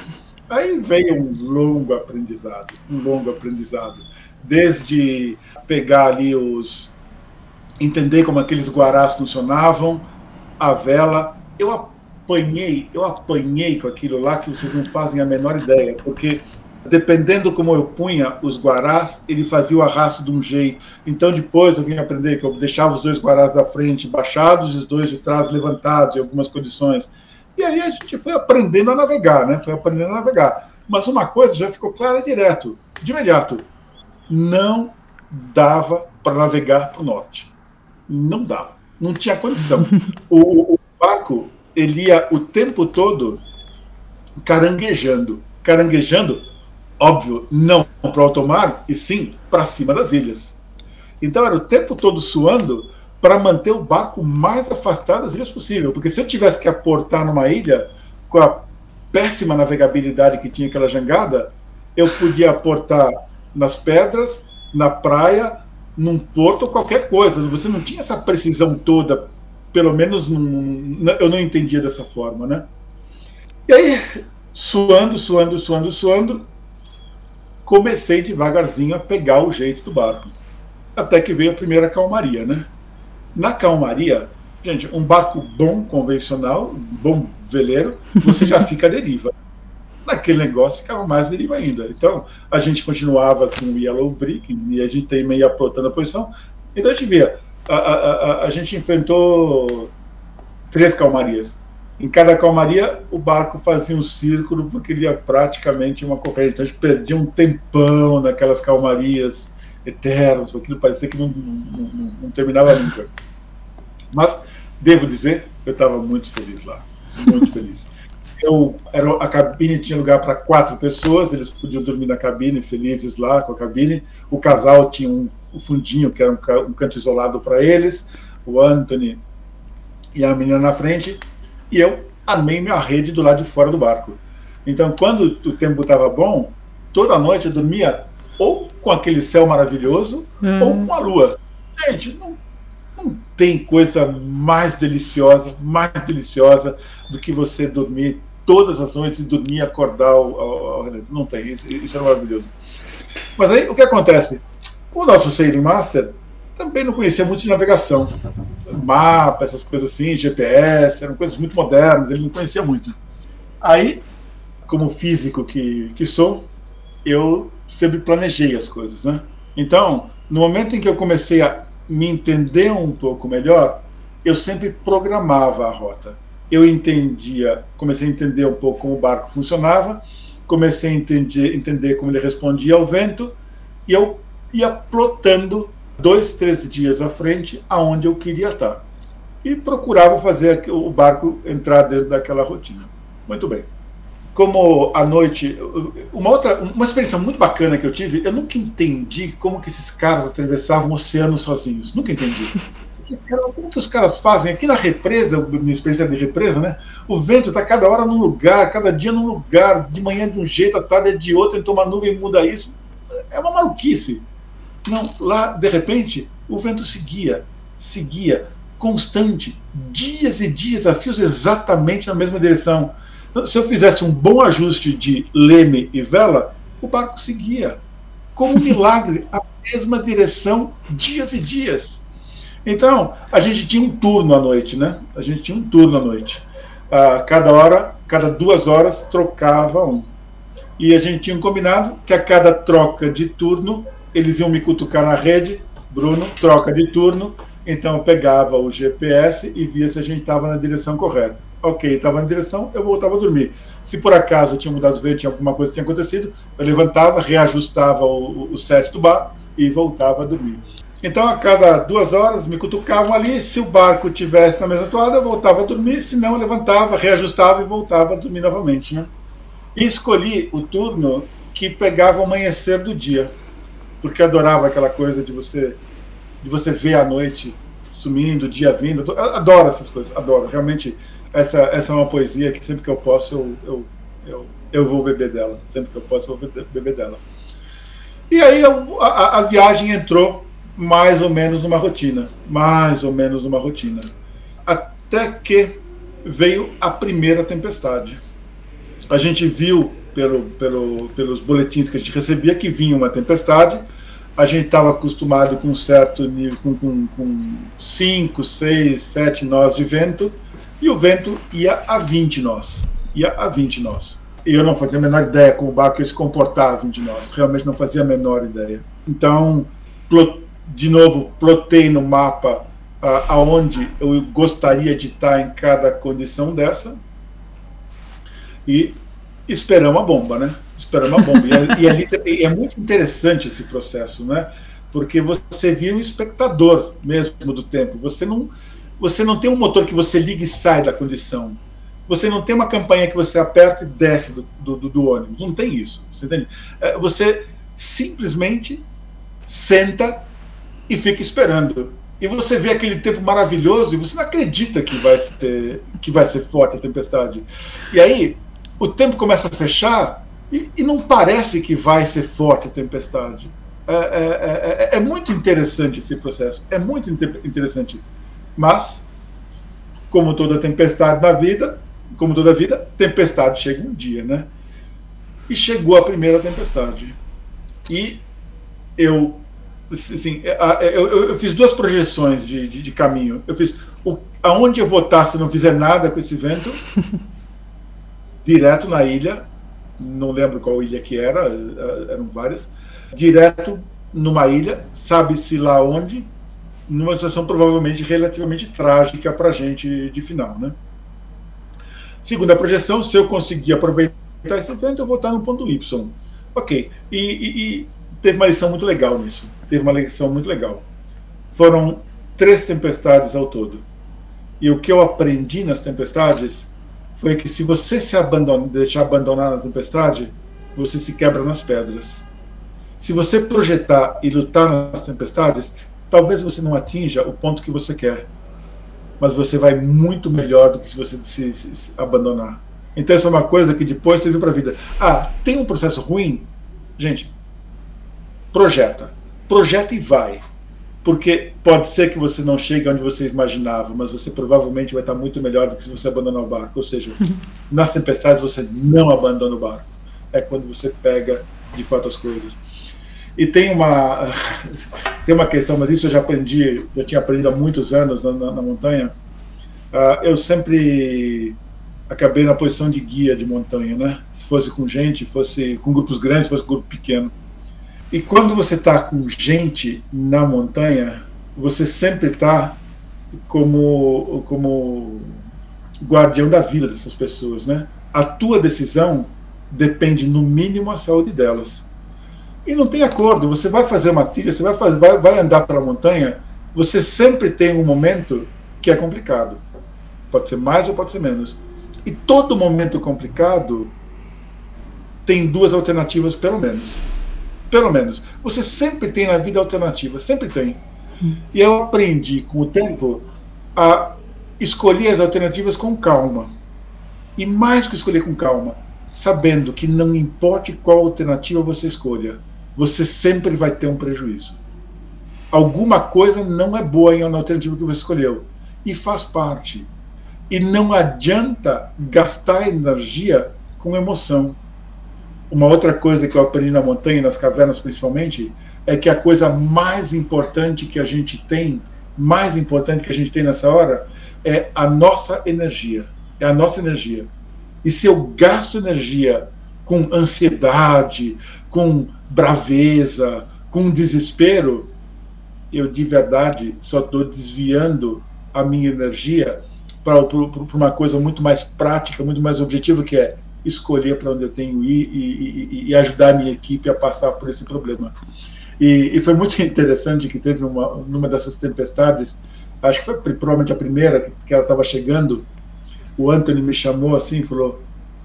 Aí veio um longo aprendizado, um longo aprendizado. Desde pegar ali os... entender como aqueles guarás funcionavam, a vela. Eu apanhei, eu apanhei com aquilo lá que vocês não fazem a menor ideia, porque... dependendo como eu punha os guarás, ele fazia o arrasto de um jeito. Então, depois eu vim aprender que eu deixava os dois guarás da frente baixados e os dois de trás levantados em algumas condições. E aí a gente foi aprendendo a navegar, né? Foi aprendendo a navegar. Mas uma coisa já ficou clara direto, de imediato. Não dava para navegar para o norte. Não dava. Não tinha condição. O, o barco, ele ia o tempo todo caranguejando. Caranguejando, óbvio, não para o alto mar, e sim para cima das ilhas. Então era o tempo todo suando para manter o barco mais afastado das ilhas possível. Porque se eu tivesse que aportar numa ilha, com a péssima navegabilidade que tinha aquela jangada, eu podia aportar nas pedras, na praia, num porto ou qualquer coisa. Você não tinha essa precisão toda, pelo menos num, eu não entendia dessa forma, né? E aí, suando, suando, suando, suando, comecei devagarzinho a pegar o jeito do barco. Até que veio a primeira calmaria, né? Na calmaria, gente, um barco bom, convencional, um bom veleiro, você já fica à deriva. Naquele negócio ficava mais deriva ainda. Então, a gente continuava com o Yellow Brick, e a gente tem meio aportando a posição. Então, a gente via, a, a, a, a gente enfrentou três calmarias. Em cada calmaria, o barco fazia um círculo, porque ele ia praticamente uma corrente. Então, a gente perdia um tempão naquelas calmarias eternas, porque aquilo parecia que não, não, não, não terminava nunca. Mas, devo dizer, eu estava muito feliz lá. Muito feliz. Eu, era, a cabine tinha lugar para quatro pessoas, eles podiam dormir na cabine, felizes lá com a cabine. O casal tinha um o fundinho, que era um, um canto isolado para eles, o Anthony e a menina na frente, e eu armei minha rede do lado de fora do barco. Então, quando o tempo estava bom, toda noite eu dormia ou com aquele céu maravilhoso, hum. ou com a lua. Gente, não, não tem coisa mais deliciosa, mais deliciosa do que você dormir todas as noites e dormir e acordar ao, ao, ao... Não tem, isso, isso é maravilhoso. Mas aí, o que acontece? O nosso Sailing Master também não conhecia muito de navegação. Mapa, essas coisas assim, G P S, eram coisas muito modernas, ele não conhecia muito. Aí, como físico que, que sou, eu sempre planejei as coisas, né? Então, no momento em que eu comecei a me entender um pouco melhor, eu sempre programava a rota. Eu entendia, comecei a entender um pouco como o barco funcionava, comecei a entender, entender como ele respondia ao vento, e eu ia plotando dois, três dias à frente aonde eu queria estar. E procurava fazer o barco entrar dentro daquela rotina. Muito bem. Como à noite, uma outra, uma experiência muito bacana que eu tive, eu nunca entendi como que esses caras atravessavam o oceano sozinhos. Nunca entendi. Como que os caras fazem? Aqui na represa, minha experiência de represa, né? O vento está cada hora num lugar, cada dia num lugar, de manhã de um jeito, à tarde é de outro, então uma nuvem muda isso. É uma maluquice. Não, lá, de repente, o vento seguia, seguia, constante, dias e dias a fios exatamente na mesma direção. Então, se eu fizesse um bom ajuste de leme e vela, o barco seguia, como um milagre, a mesma direção, dias e dias. Então, a gente tinha um turno à noite, né? A gente tinha um turno à noite. Uh, cada hora, cada duas horas, trocava um. E a gente tinha um combinado que a cada troca de turno, eles iam me cutucar na rede, Bruno, troca de turno, então eu pegava o G P S e via se a gente estava na direção correta. Ok, estava na direção, eu voltava a dormir. Se por acaso eu tinha mudado de vento, tinha alguma coisa que tinha acontecido, eu levantava, reajustava o, o set do barco e voltava a dormir. Então, a cada duas horas, me cutucavam ali, se o barco estivesse na mesma toada, eu voltava a dormir, se não, eu levantava, reajustava e voltava a dormir novamente, né? E escolhi o turno que pegava o amanhecer do dia, porque eu adorava aquela coisa de você, de você ver a noite sumindo, o dia vindo. Eu adoro essas coisas, adoro. Realmente, essa, essa é uma poesia que sempre que eu posso, eu, eu, eu, eu vou beber dela. Sempre que eu posso, eu vou beber dela. E aí eu, a, a viagem entrou mais ou menos numa rotina, mais ou menos numa rotina. Até que veio a primeira tempestade. A gente viu pelo, pelo, pelos boletins que a gente recebia que vinha uma tempestade. A gente estava acostumado com um certo nível, com, com, com cinco, seis, sete nós de vento, e o vento ia a vinte nós. Ia a vinte nós. E eu não fazia a menor ideia como o barco ia se comportar a vinte nós. Realmente não fazia a menor ideia. Então, de novo, plotei no mapa uh, aonde eu gostaria de estar em cada condição dessa e esperamos a bomba, né? Esperamos a bomba. E, e, ali, e é muito interessante esse processo, né? Porque você vira um espectador mesmo do tempo. Você não, você não tem um motor que você liga e sai da condição. Você não tem uma campanha que você aperta e desce do, do, do ônibus. Não tem isso. Você entende? Você simplesmente senta e fica esperando. E você vê aquele tempo maravilhoso e você não acredita que vai ser, que vai ser forte a tempestade. E aí, o tempo começa a fechar e, e não parece que vai ser forte a tempestade. É, é, é, é muito interessante esse processo. É muito inter interessante. Mas, como toda tempestade na vida, como toda vida, tempestade chega um dia, né? E chegou a primeira tempestade. E eu... Assim, eu, eu, eu fiz duas projeções de, de, de caminho. Eu fiz o, aonde eu vou estar se não fizer nada com esse vento, direto na ilha, não lembro qual ilha que era, eram várias, direto numa ilha, sabe-se lá onde, numa situação provavelmente relativamente trágica para a gente de final, né? Segunda projeção, se eu conseguir aproveitar esse vento, eu vou estar no ponto Y. Ok. E, e, e teve uma lição muito legal nisso. Teve uma lição muito legal. Foram três tempestades ao todo. E o que eu aprendi nas tempestades foi que se você se abandona, deixar abandonar na tempestade, você se quebra nas pedras. Se você projetar e lutar nas tempestades, talvez você não atinja o ponto que você quer, mas você vai muito melhor do que se você se, se, se abandonar. Então isso é uma coisa que depois você viu para a vida. Ah, tem um processo ruim? Gente, projeta. Projeta e vai. Porque pode ser que você não chegue onde você imaginava, mas você provavelmente vai estar muito melhor do que se você abandonar o barco. Ou seja, nas tempestades você não abandona o barco. É quando você pega de fato as coisas. E tem uma, tem uma questão, mas isso eu já aprendi, já tinha aprendido há muitos anos na, na, na montanha. Uh, eu sempre acabei na posição de guia de montanha, né? Se fosse com gente, fosse com grupos grandes, fosse com grupo pequeno. E quando você está com gente na montanha, você sempre está como, como guardião da vida dessas pessoas, né? A tua decisão depende, no mínimo, da saúde delas. E não tem acordo, você vai fazer uma trilha, você vai, fazer, vai, vai andar pela montanha, você sempre tem um momento que é complicado. Pode ser mais ou pode ser menos. E todo momento complicado tem duas alternativas, pelo menos. Pelo menos. Você sempre tem na vida alternativa, sempre tem. E eu aprendi com o tempo a escolher as alternativas com calma. E mais que escolher com calma, sabendo que não importa qual alternativa você escolha, você sempre vai ter um prejuízo. Alguma coisa não é boa na alternativa que você escolheu. E faz parte. E não adianta gastar energia com emoção. Uma outra coisa que eu aprendi na montanha, nas cavernas principalmente, é que a coisa mais importante que a gente tem, mais importante que a gente tem nessa hora, é a nossa energia. É a nossa energia. E se eu gasto energia com ansiedade, com braveza, com desespero, eu de verdade só estou desviando a minha energia para uma coisa muito mais prática, muito mais objetiva, que é escolher para onde eu tenho que ir e, e, e ajudar a minha equipe a passar por esse problema. E, e foi muito interessante que teve uma, numa dessas tempestades, acho que foi provavelmente a primeira que, que ela estava chegando, o Anthony me chamou assim e falou: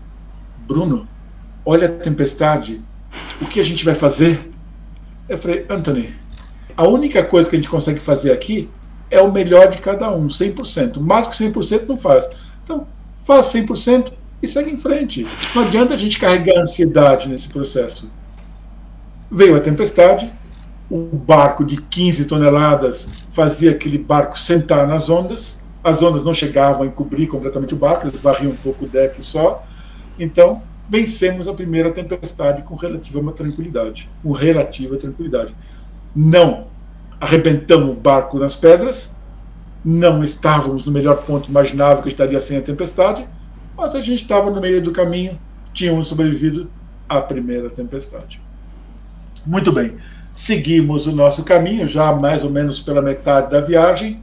Bruno, olha a tempestade, o que a gente vai fazer? Eu falei: Anthony, a única coisa que a gente consegue fazer aqui é o melhor de cada um, cem por cento. Mais que cem por cento não faz. Então, faz cem por cento e segue em frente. Não adianta a gente carregar ansiedade nesse processo. Veio a tempestade, o barco de quinze toneladas fazia aquele barco sentar nas ondas, as ondas não chegavam a encobrir completamente o barco, eles varriam um pouco o deck só. Então, vencemos a primeira tempestade com relativa tranquilidade. Com relativa tranquilidade. Não arrebentamos o barco nas pedras, não estávamos no melhor ponto imaginável que estaria sem a tempestade, mas a gente estava no meio do caminho, tínhamos sobrevivido à primeira tempestade. Muito bem, seguimos o nosso caminho, já mais ou menos pela metade da viagem,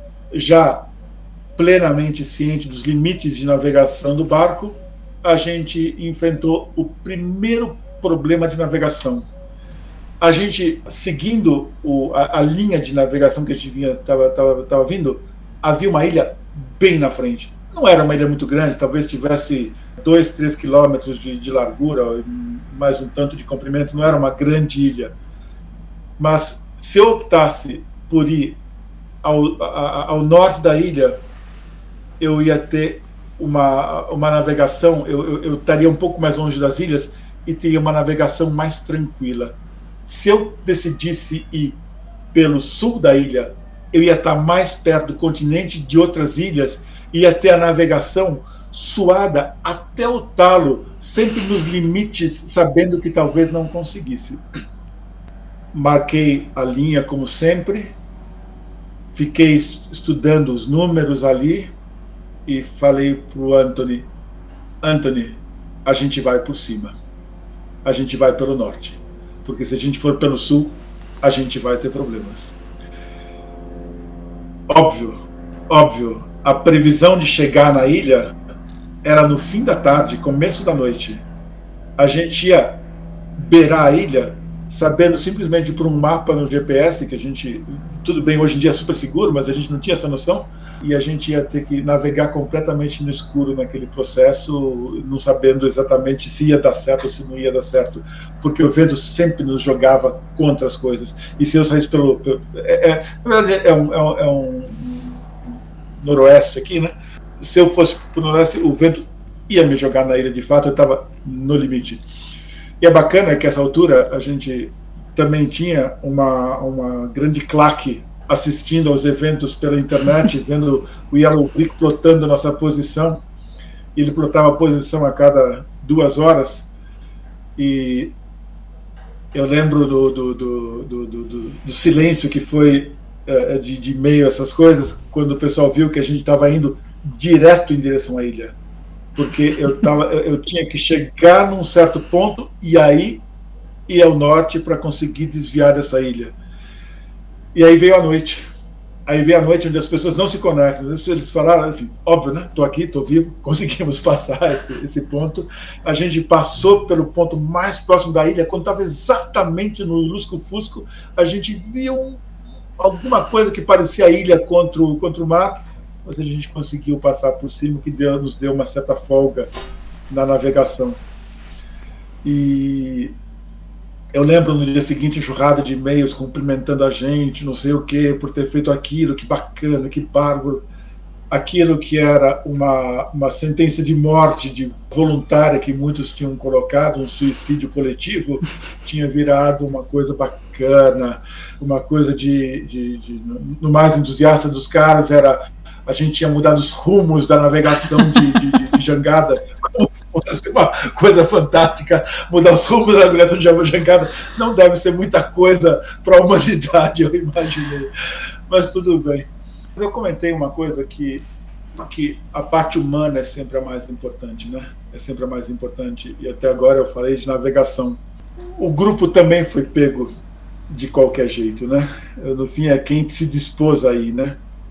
já plenamente ciente dos limites de navegação do barco, a gente enfrentou o primeiro problema de navegação. A gente, seguindo o, a, a linha de navegação que a gente vinha, tava, tava, tava vindo, havia uma ilha bem na frente. Não era uma ilha muito grande, talvez tivesse dois, três quilômetros de, de largura, mais um tanto de comprimento, não era uma grande ilha. Mas se eu optasse por ir ao, a, ao norte da ilha, eu ia ter uma, uma navegação, eu, eu, eu estaria um pouco mais longe das ilhas e teria uma navegação mais tranquila. Se eu decidisse ir pelo sul da ilha, eu ia estar mais perto do continente, de outras ilhas, e ia ter a navegação suada até o talo, sempre nos limites, sabendo que talvez não conseguisse. Marquei a linha como sempre, fiquei estudando os números ali e falei para o Anthony: Anthony, a gente vai por cima, a gente vai pelo norte. Porque se a gente for pelo sul, a gente vai ter problemas. Óbvio, óbvio, a previsão de chegar na ilha era no fim da tarde, começo da noite. A gente ia beirar a ilha, sabendo simplesmente por um mapa no G P S, que a gente, tudo bem, hoje em dia é super seguro, mas a gente não tinha essa noção, e a gente ia ter que navegar completamente no escuro naquele processo, não sabendo exatamente se ia dar certo ou se não ia dar certo, porque o vento sempre nos jogava contra as coisas. E se eu saísse pelo... pelo é, é, é, um, é, um, é um noroeste aqui, né? Se eu fosse para o noroeste, o vento ia me jogar na ilha de fato, eu estava no limite. E é bacana que, essa altura, a gente também tinha uma, uma grande claque assistindo aos eventos pela internet, vendo o Yellow Brick plotando a nossa posição. Ele plotava a posição a cada duas horas. E eu lembro do, do, do, do, do, do silêncio que foi uh, de, de meio a essas coisas, quando o pessoal viu que a gente estava indo direto em direção à ilha. Porque eu, tava, eu tinha que chegar num certo ponto e aí ir ao norte para conseguir desviar dessa ilha. E aí veio a noite. Aí veio a noite onde as pessoas não se conectam. Eles falaram assim, óbvio, né? Estou aqui, estou vivo, conseguimos passar esse, esse ponto. A gente passou pelo ponto mais próximo da ilha, quando estava exatamente no lusco-fusco, a gente viu um, alguma coisa que parecia a ilha contra o, contra o mar, mas a gente conseguiu passar por cima, que deu, nos deu uma certa folga na navegação. E eu lembro no dia seguinte, enxurrada de e-mails cumprimentando a gente, não sei o que, por ter feito aquilo, que bacana, que bárbaro. Aquilo que era uma, uma sentença de morte de voluntária que muitos tinham colocado, um suicídio coletivo, tinha virado uma coisa bacana, uma coisa de... de, de no mais entusiasta dos caras era... A gente tinha mudado os rumos da navegação de, de, de, de jangada, como se fosse uma coisa fantástica, mudar os rumos da navegação de jangada. Não deve ser muita coisa para a humanidade, eu imaginei. Mas tudo bem. Eu comentei uma coisa que, que a parte humana é sempre a mais importante, né? É sempre a mais importante. E até agora eu falei de navegação. O grupo também foi pego de qualquer jeito, né? No fim é quem se dispôs aí, né?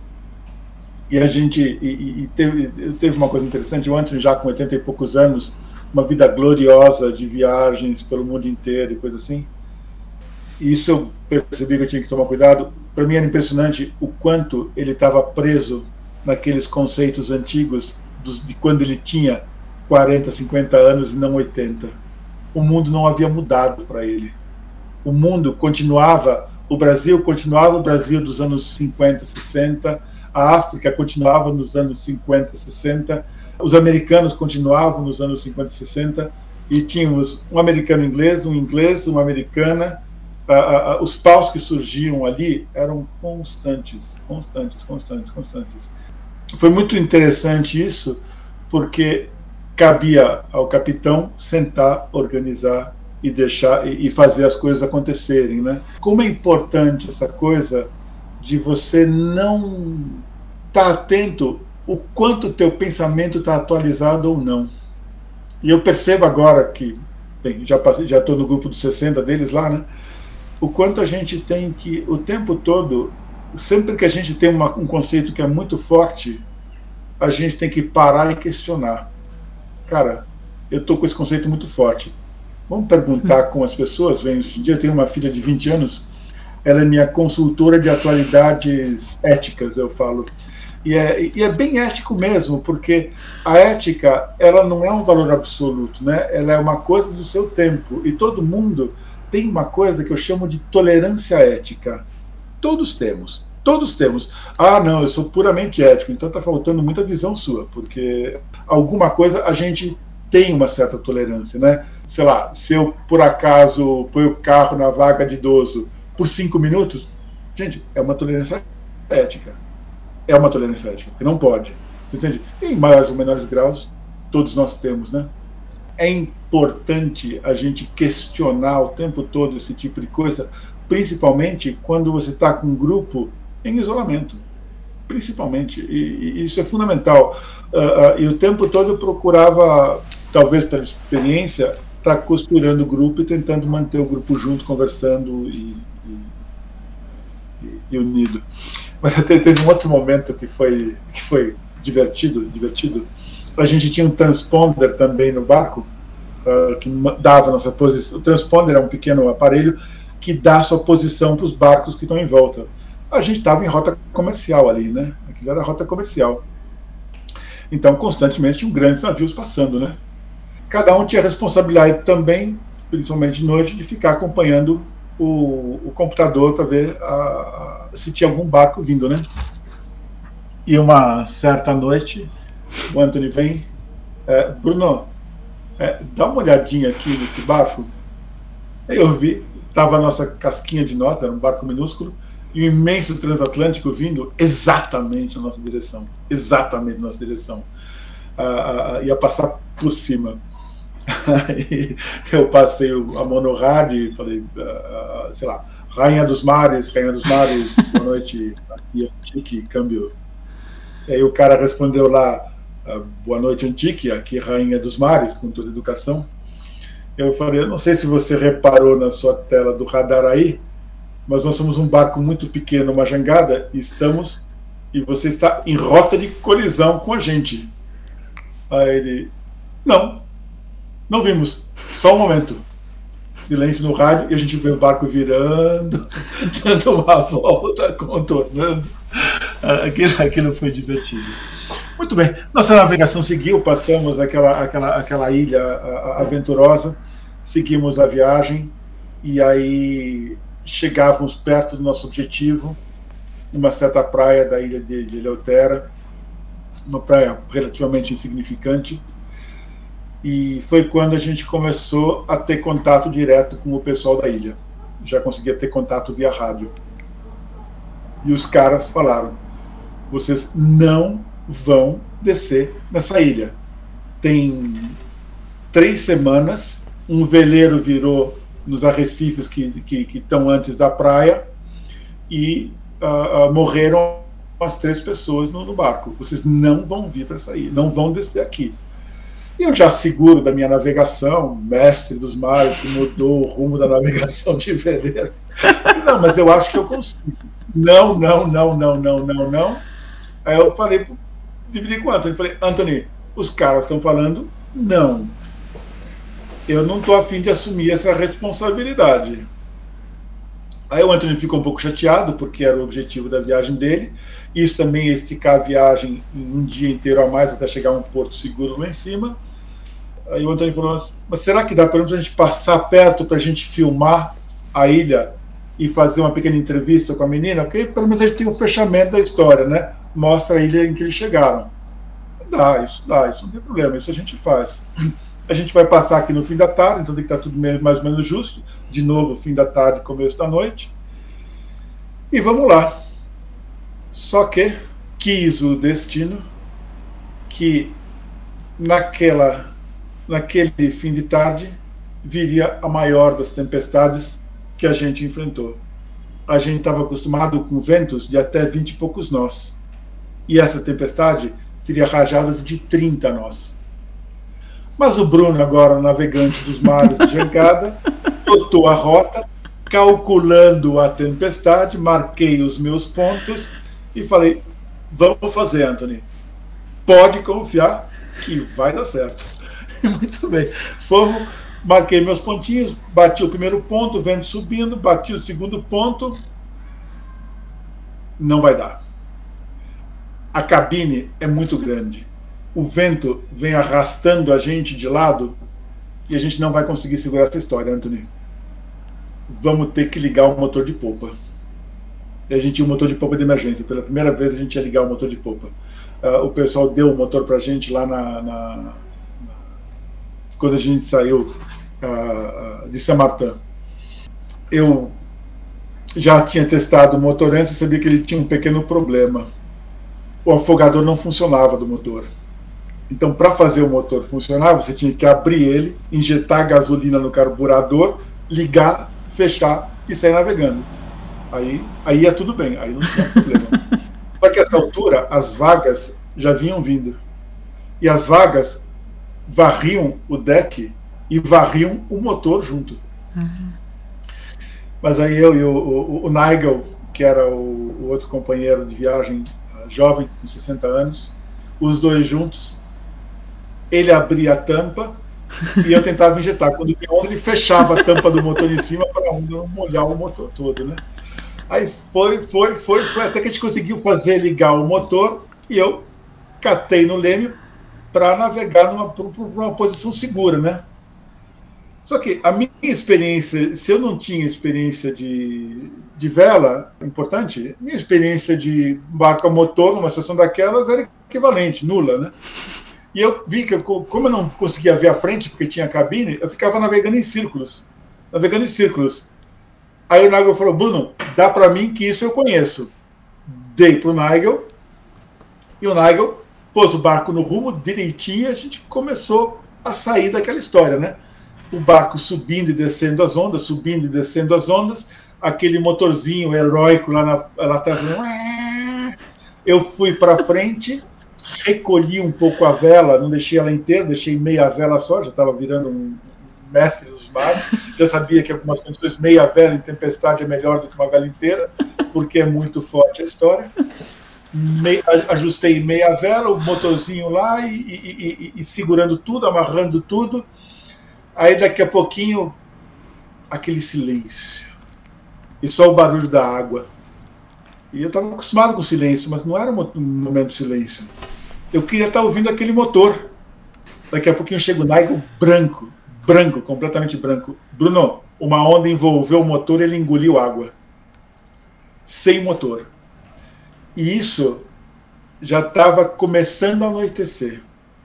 E a gente e, e teve, teve uma coisa interessante. O Anthony, já com oitenta e poucos anos, uma vida gloriosa de viagens pelo mundo inteiro e coisa assim. E isso eu percebi que eu tinha que tomar cuidado. Para mim era impressionante o quanto ele estava preso naqueles conceitos antigos dos, de quando ele tinha quarenta, cinquenta anos e não oitenta. O mundo não havia mudado para ele. O mundo continuava, o Brasil continuava o Brasil dos anos cinquenta, sessenta, a África continuava nos anos cinquenta, sessenta, os americanos continuavam nos anos cinquenta, sessenta, e tínhamos um americano inglês, um inglês, uma americana. A, a, os paus que surgiam ali eram constantes, constantes, constantes, constantes. Foi muito interessante isso, porque cabia ao capitão sentar, organizar e deixar e, e fazer as coisas acontecerem, né? Como é importante essa coisa de você não estar atento o quanto o teu pensamento está atualizado ou não. E eu percebo agora que, bem, já passei, já estou no grupo dos sessenta deles lá, né? O quanto a gente tem que, o tempo todo, sempre que a gente tem uma, um conceito que é muito forte, a gente tem que parar e questionar. Cara, eu estou com esse conceito muito forte. Vamos perguntar com as pessoas. Vem, hoje em dia eu tenho uma filha de vinte anos, ela é minha consultora de atualidades éticas, eu falo. E é, e é bem ético mesmo, porque a ética, ela não é um valor absoluto, né? Ela é uma coisa do seu tempo. E todo mundo tem uma coisa que eu chamo de tolerância ética. Todos temos. Todos temos. Ah, não, eu sou puramente ético, então está faltando muita visão sua, porque alguma coisa a gente tem uma certa tolerância, né? Sei lá, se eu, por acaso, ponho o carro na vaga de idoso por cinco minutos, gente, é uma tolerância ética. É uma tolerância ética, porque não pode. Você entende? Em maiores ou menores graus, todos nós temos, né? É importante a gente questionar o tempo todo esse tipo de coisa, principalmente quando você está com um grupo em isolamento. Principalmente. E, e isso é fundamental. Uh, uh, e o tempo todo eu procurava, talvez pela experiência, estar tá costurando o grupo e tentando manter o grupo junto, conversando e, e, e, e unido. Mas até teve um outro momento que foi, que foi divertido, divertido. A gente tinha um transponder também no barco, uh, que dava nossa posição. O transponder é um pequeno aparelho que dá sua posição para os barcos que estão em volta. a gente estava em rota comercial ali, né? Aquilo era rota comercial. Então, constantemente, tinham grandes navios passando, né? Cada um tinha responsabilidade também, principalmente de noite, de ficar acompanhando o, o computador para ver a, a, se tinha algum barco vindo, né? E uma certa noite, o Anthony vem, é, Bruno, é, dá uma olhadinha aqui nesse barco. Aí eu vi, estava a nossa casquinha de nós, era um barco minúsculo, e um imenso transatlântico vindo exatamente na nossa direção, exatamente na nossa direção. Uh, uh, ia passar por cima. Aí eu passei a mão no rádio e falei, uh, uh, sei lá, Rainha dos Mares, Rainha dos Mares, boa noite, aqui Antique, câmbio. E aí o cara respondeu lá, uh, boa noite Antique, aqui Rainha dos Mares, com toda educação. Eu falei, eu não sei se você reparou na sua tela do radar aí, mas nós somos um barco muito pequeno, uma jangada, e estamos, e você está em rota de colisão com a gente. Aí ele, não, não vimos, só um momento. Silêncio no rádio, e a gente vê o barco virando, dando uma volta, contornando. Aquilo, aquilo foi divertido. Muito bem, nossa navegação seguiu, passamos aquela, aquela, aquela ilha aventurosa, seguimos a viagem, e aí chegávamos perto do nosso objetivo, numa certa praia da ilha de, de Eleutéria, uma praia relativamente insignificante, e foi quando a gente começou a ter contato direto com o pessoal da ilha. Já conseguia ter contato via rádio. E os caras falaram, vocês não vão descer nessa ilha. Tem três semanas, um veleiro virou nos arrecifes que, que, que estão antes da praia e uh, uh, morreram as três pessoas no, no barco. Vocês não vão vir para essa ilha, não vão descer aqui. E eu já seguro da minha navegação, mestre dos mares, que mudou o rumo da navegação de veleiro. Não, mas eu acho que eu consigo. Não, não, não, não, não, não, não. Aí eu falei, dividi com o Anthony, falei, Anthony, os caras estão falando não. Eu não estou a fim de assumir essa responsabilidade. Aí o Anthony ficou um pouco chateado, porque era o objetivo da viagem dele. Isso também ia esticar a viagem em um dia inteiro a mais, até chegar a um porto seguro lá em cima. Aí o Anthony falou assim, mas será que dá para a gente passar perto para a gente filmar a ilha e fazer uma pequena entrevista com a menina? Porque pelo menos a gente tem um fechamento da história, né? Mostra a ilha em que eles chegaram. Dá, isso dá, isso não tem problema, isso a gente faz. A gente vai passar aqui no fim da tarde, então tem que estar tudo mais ou menos justo. De novo, fim da tarde, começo da noite. E vamos lá. Só que quis o destino que naquela, naquele fim de tarde viria a maior das tempestades que a gente enfrentou. A gente estava acostumado com ventos de até vinte e poucos nós. E essa tempestade teria rajadas de trinta nós. Mas o Bruno, agora navegante dos mares de jangada, botou a rota, calculando a tempestade, marquei os meus pontos e falei, vamos fazer, Anthony. Pode confiar que vai dar certo. Muito bem. Fomos, marquei meus pontinhos, bati o primeiro ponto, vento subindo, bati o segundo ponto. Não vai dar. A cabine é muito grande. O vento vem arrastando a gente de lado e a gente não vai conseguir segurar essa história, Anthony. Vamos ter que ligar o motor de popa. E a gente tinha um motor de popa de emergência. Pela primeira vez a gente ia ligar o motor de popa. Uh, o pessoal deu o motor pra gente lá na... na, na quando a gente saiu uh, de Saint-Martin. Eu já tinha testado o motor antes e sabia que ele tinha um pequeno problema. O afogador não funcionava do motor. Então, para fazer o motor funcionar, você tinha que abrir ele, injetar gasolina no carburador, ligar, fechar e sair navegando. Aí, aí ia tudo bem, aí não tinha problema. Só que a essa altura, as vagas já vinham vindo. E as vagas varriam o deck e varriam o motor junto. Uhum. Mas aí eu e o, o, o Nigel, que era o, o outro companheiro de viagem, jovem, com sessenta anos, os dois juntos, ele abria a tampa e eu tentava injetar. Quando vinha onda, ele fechava a tampa do motor em cima para a onda não molhar o motor todo, né? Aí foi, foi, foi, foi, até que a gente conseguiu fazer ligar o motor e eu catei no leme para navegar numa, pra uma posição segura, né? Só que a minha experiência, se eu não tinha experiência de, de vela, importante, minha experiência de barco a motor numa situação daquelas era equivalente, nula, né? E eu vi que, eu, como eu não conseguia ver a frente, porque tinha cabine, eu ficava navegando em círculos. Navegando em círculos. Aí o Nigel falou, Bruno, dá para mim que isso eu conheço. Dei pro Nigel, e o Nigel pôs o barco no rumo direitinho e a gente começou a sair daquela história, né? O barco subindo e descendo as ondas, subindo e descendo as ondas, aquele motorzinho heróico lá, na, lá atrás. Eu fui para frente, recolhi um pouco a vela, não deixei ela inteira, deixei meia vela só, já estava virando um mestre dos mares, já sabia que em algumas condições meia vela em tempestade é melhor do que uma vela inteira, porque é muito forte a história. Me, ajustei meia vela, o motorzinho lá e, e, e, e segurando tudo, amarrando tudo. Aí daqui a pouquinho, aquele silêncio. E só o barulho da água. E eu estava acostumado com o silêncio, mas não era um momento de silêncio. Eu queria estar ouvindo aquele motor. Daqui a pouquinho chega o Nigel branco, branco, completamente branco. Bruno, uma onda envolveu o motor e ele engoliu água. Sem motor. E isso já estava começando a anoitecer.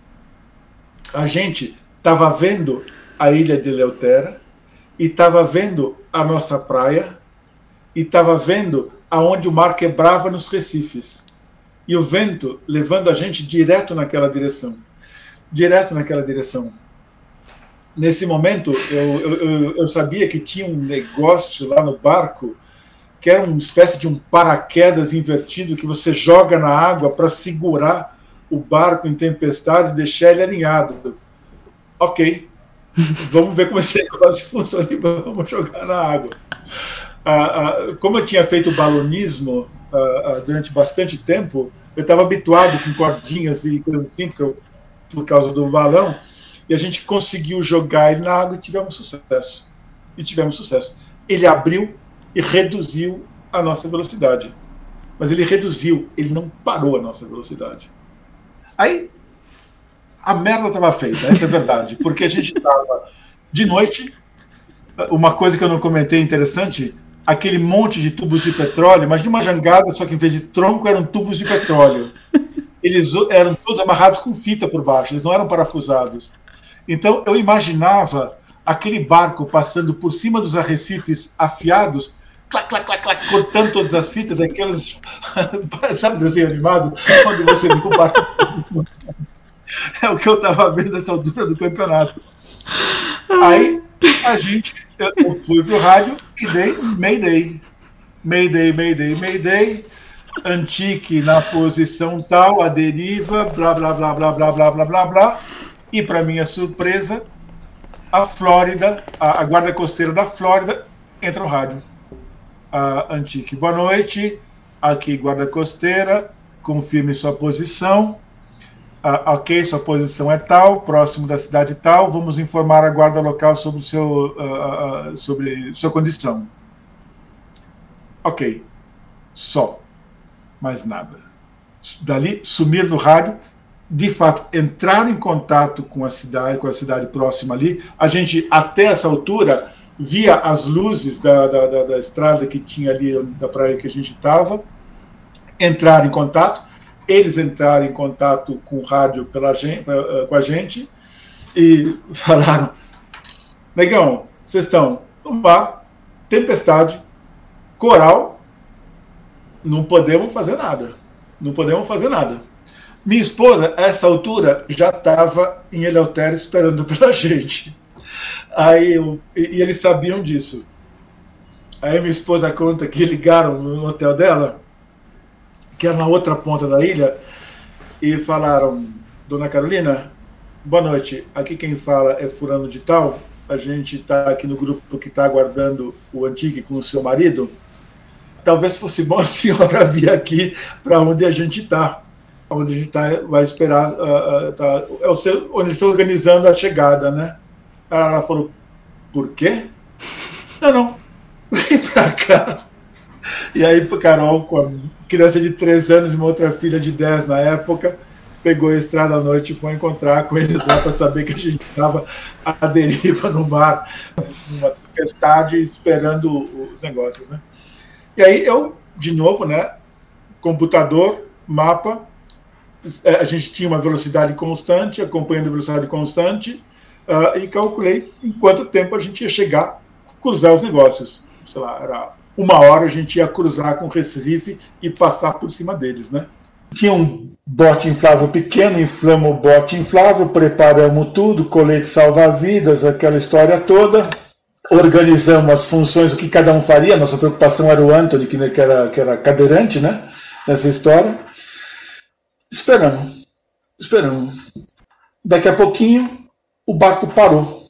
A gente estava vendo a ilha de Eleuthera e estava vendo a nossa praia e estava vendo aonde o mar quebrava nos recifes. E o vento levando a gente direto naquela direção. Direto naquela direção. Nesse momento, eu, eu, eu sabia que tinha um negócio lá no barco que era uma espécie de um paraquedas invertido que você joga na água para segurar o barco em tempestade e deixar ele alinhado. Ok, vamos ver como esse negócio funciona e vamos jogar na água. Ah, ah, como eu tinha feito balonismo ah, ah, durante bastante tempo, eu estava habituado com cordinhas e coisas assim, porque eu, por causa do balão, e a gente conseguiu jogar ele na água e tivemos sucesso. E tivemos sucesso. Ele abriu e reduziu a nossa velocidade. Mas ele reduziu, ele não parou a nossa velocidade. Aí, a merda estava feita, essa é a verdade, porque a gente estava de noite, uma coisa que eu não comentei interessante, aquele monte de tubos de petróleo, imagina uma jangada, só que em vez de tronco eram tubos de petróleo. Eles eram todos amarrados com fita por baixo, eles não eram parafusados. Então eu imaginava aquele barco passando por cima dos arrecifes afiados, clac, clac, clac, clac, cortando todas as fitas, aquelas, sabe, desenho animado, onde você vê o barco. É o que eu estava vendo nessa altura do campeonato. Aí a gente, eu fui pro rádio e dei Mayday. Mayday, Mayday, Mayday. Antique na posição tal, a deriva, blá, blá, blá, blá, blá, blá, blá, blá, blá. E, para minha surpresa, a Flórida, a, a guarda costeira da Flórida, entra no rádio. A Antique, boa noite. Aqui, guarda costeira, confirme sua posição. Ah, ok, sua posição é tal, próximo da cidade tal. Vamos informar a guarda local sobre, o seu, uh, uh, sobre sua condição. Ok, só. Mais nada. Dali, sumir do rádio. De fato, entrar em contato com a cidade, com a cidade próxima ali. A gente, até essa altura, via as luzes da, da, da, da estrada que tinha ali, da praia que a gente estava. Entrar em contato. Eles entraram em contato com o rádio pela gente, com a gente e falaram: negão, vocês estão no mar, tempestade, coral, não podemos fazer nada. Não podemos fazer nada. Minha esposa, a essa altura, já estava em Eleuthera esperando pela gente. Aí eu, e, e eles sabiam disso. Aí minha esposa conta que ligaram no hotel dela, que era na outra ponta da ilha, e falaram: Dona Carolina, boa noite, aqui quem fala é fulano de tal, a gente está aqui no grupo que está aguardando o Antique com o seu marido, talvez fosse bom a senhora vir aqui para onde a gente está, onde a gente tá, vai esperar, uh, uh, tá, é o seu, onde eles estão organizando a chegada, né? Ela falou: por quê? Não, não, vem para cá. E aí, Carol, com a criança de três anos e uma outra filha de dez na época, pegou a estrada à noite e foi encontrar com eles lá para saber que a gente estava à deriva no mar, numa tempestade, esperando os negócios, né? E aí eu, de novo, né, computador, mapa, a gente tinha uma velocidade constante, acompanhando a velocidade constante, uh, e calculei em quanto tempo a gente ia chegar, cruzar os negócios. Sei lá, era uma hora a gente ia cruzar com o Recife e passar por cima deles, né? Tinha um bote inflável pequeno, inflamos o bote inflável, preparamos tudo, colete salva-vidas, aquela história toda, organizamos as funções, o que cada um faria. Nossa preocupação era o Anthony, que era, que era cadeirante, né, nessa história. Esperamos, esperamos. Daqui a pouquinho, o barco parou.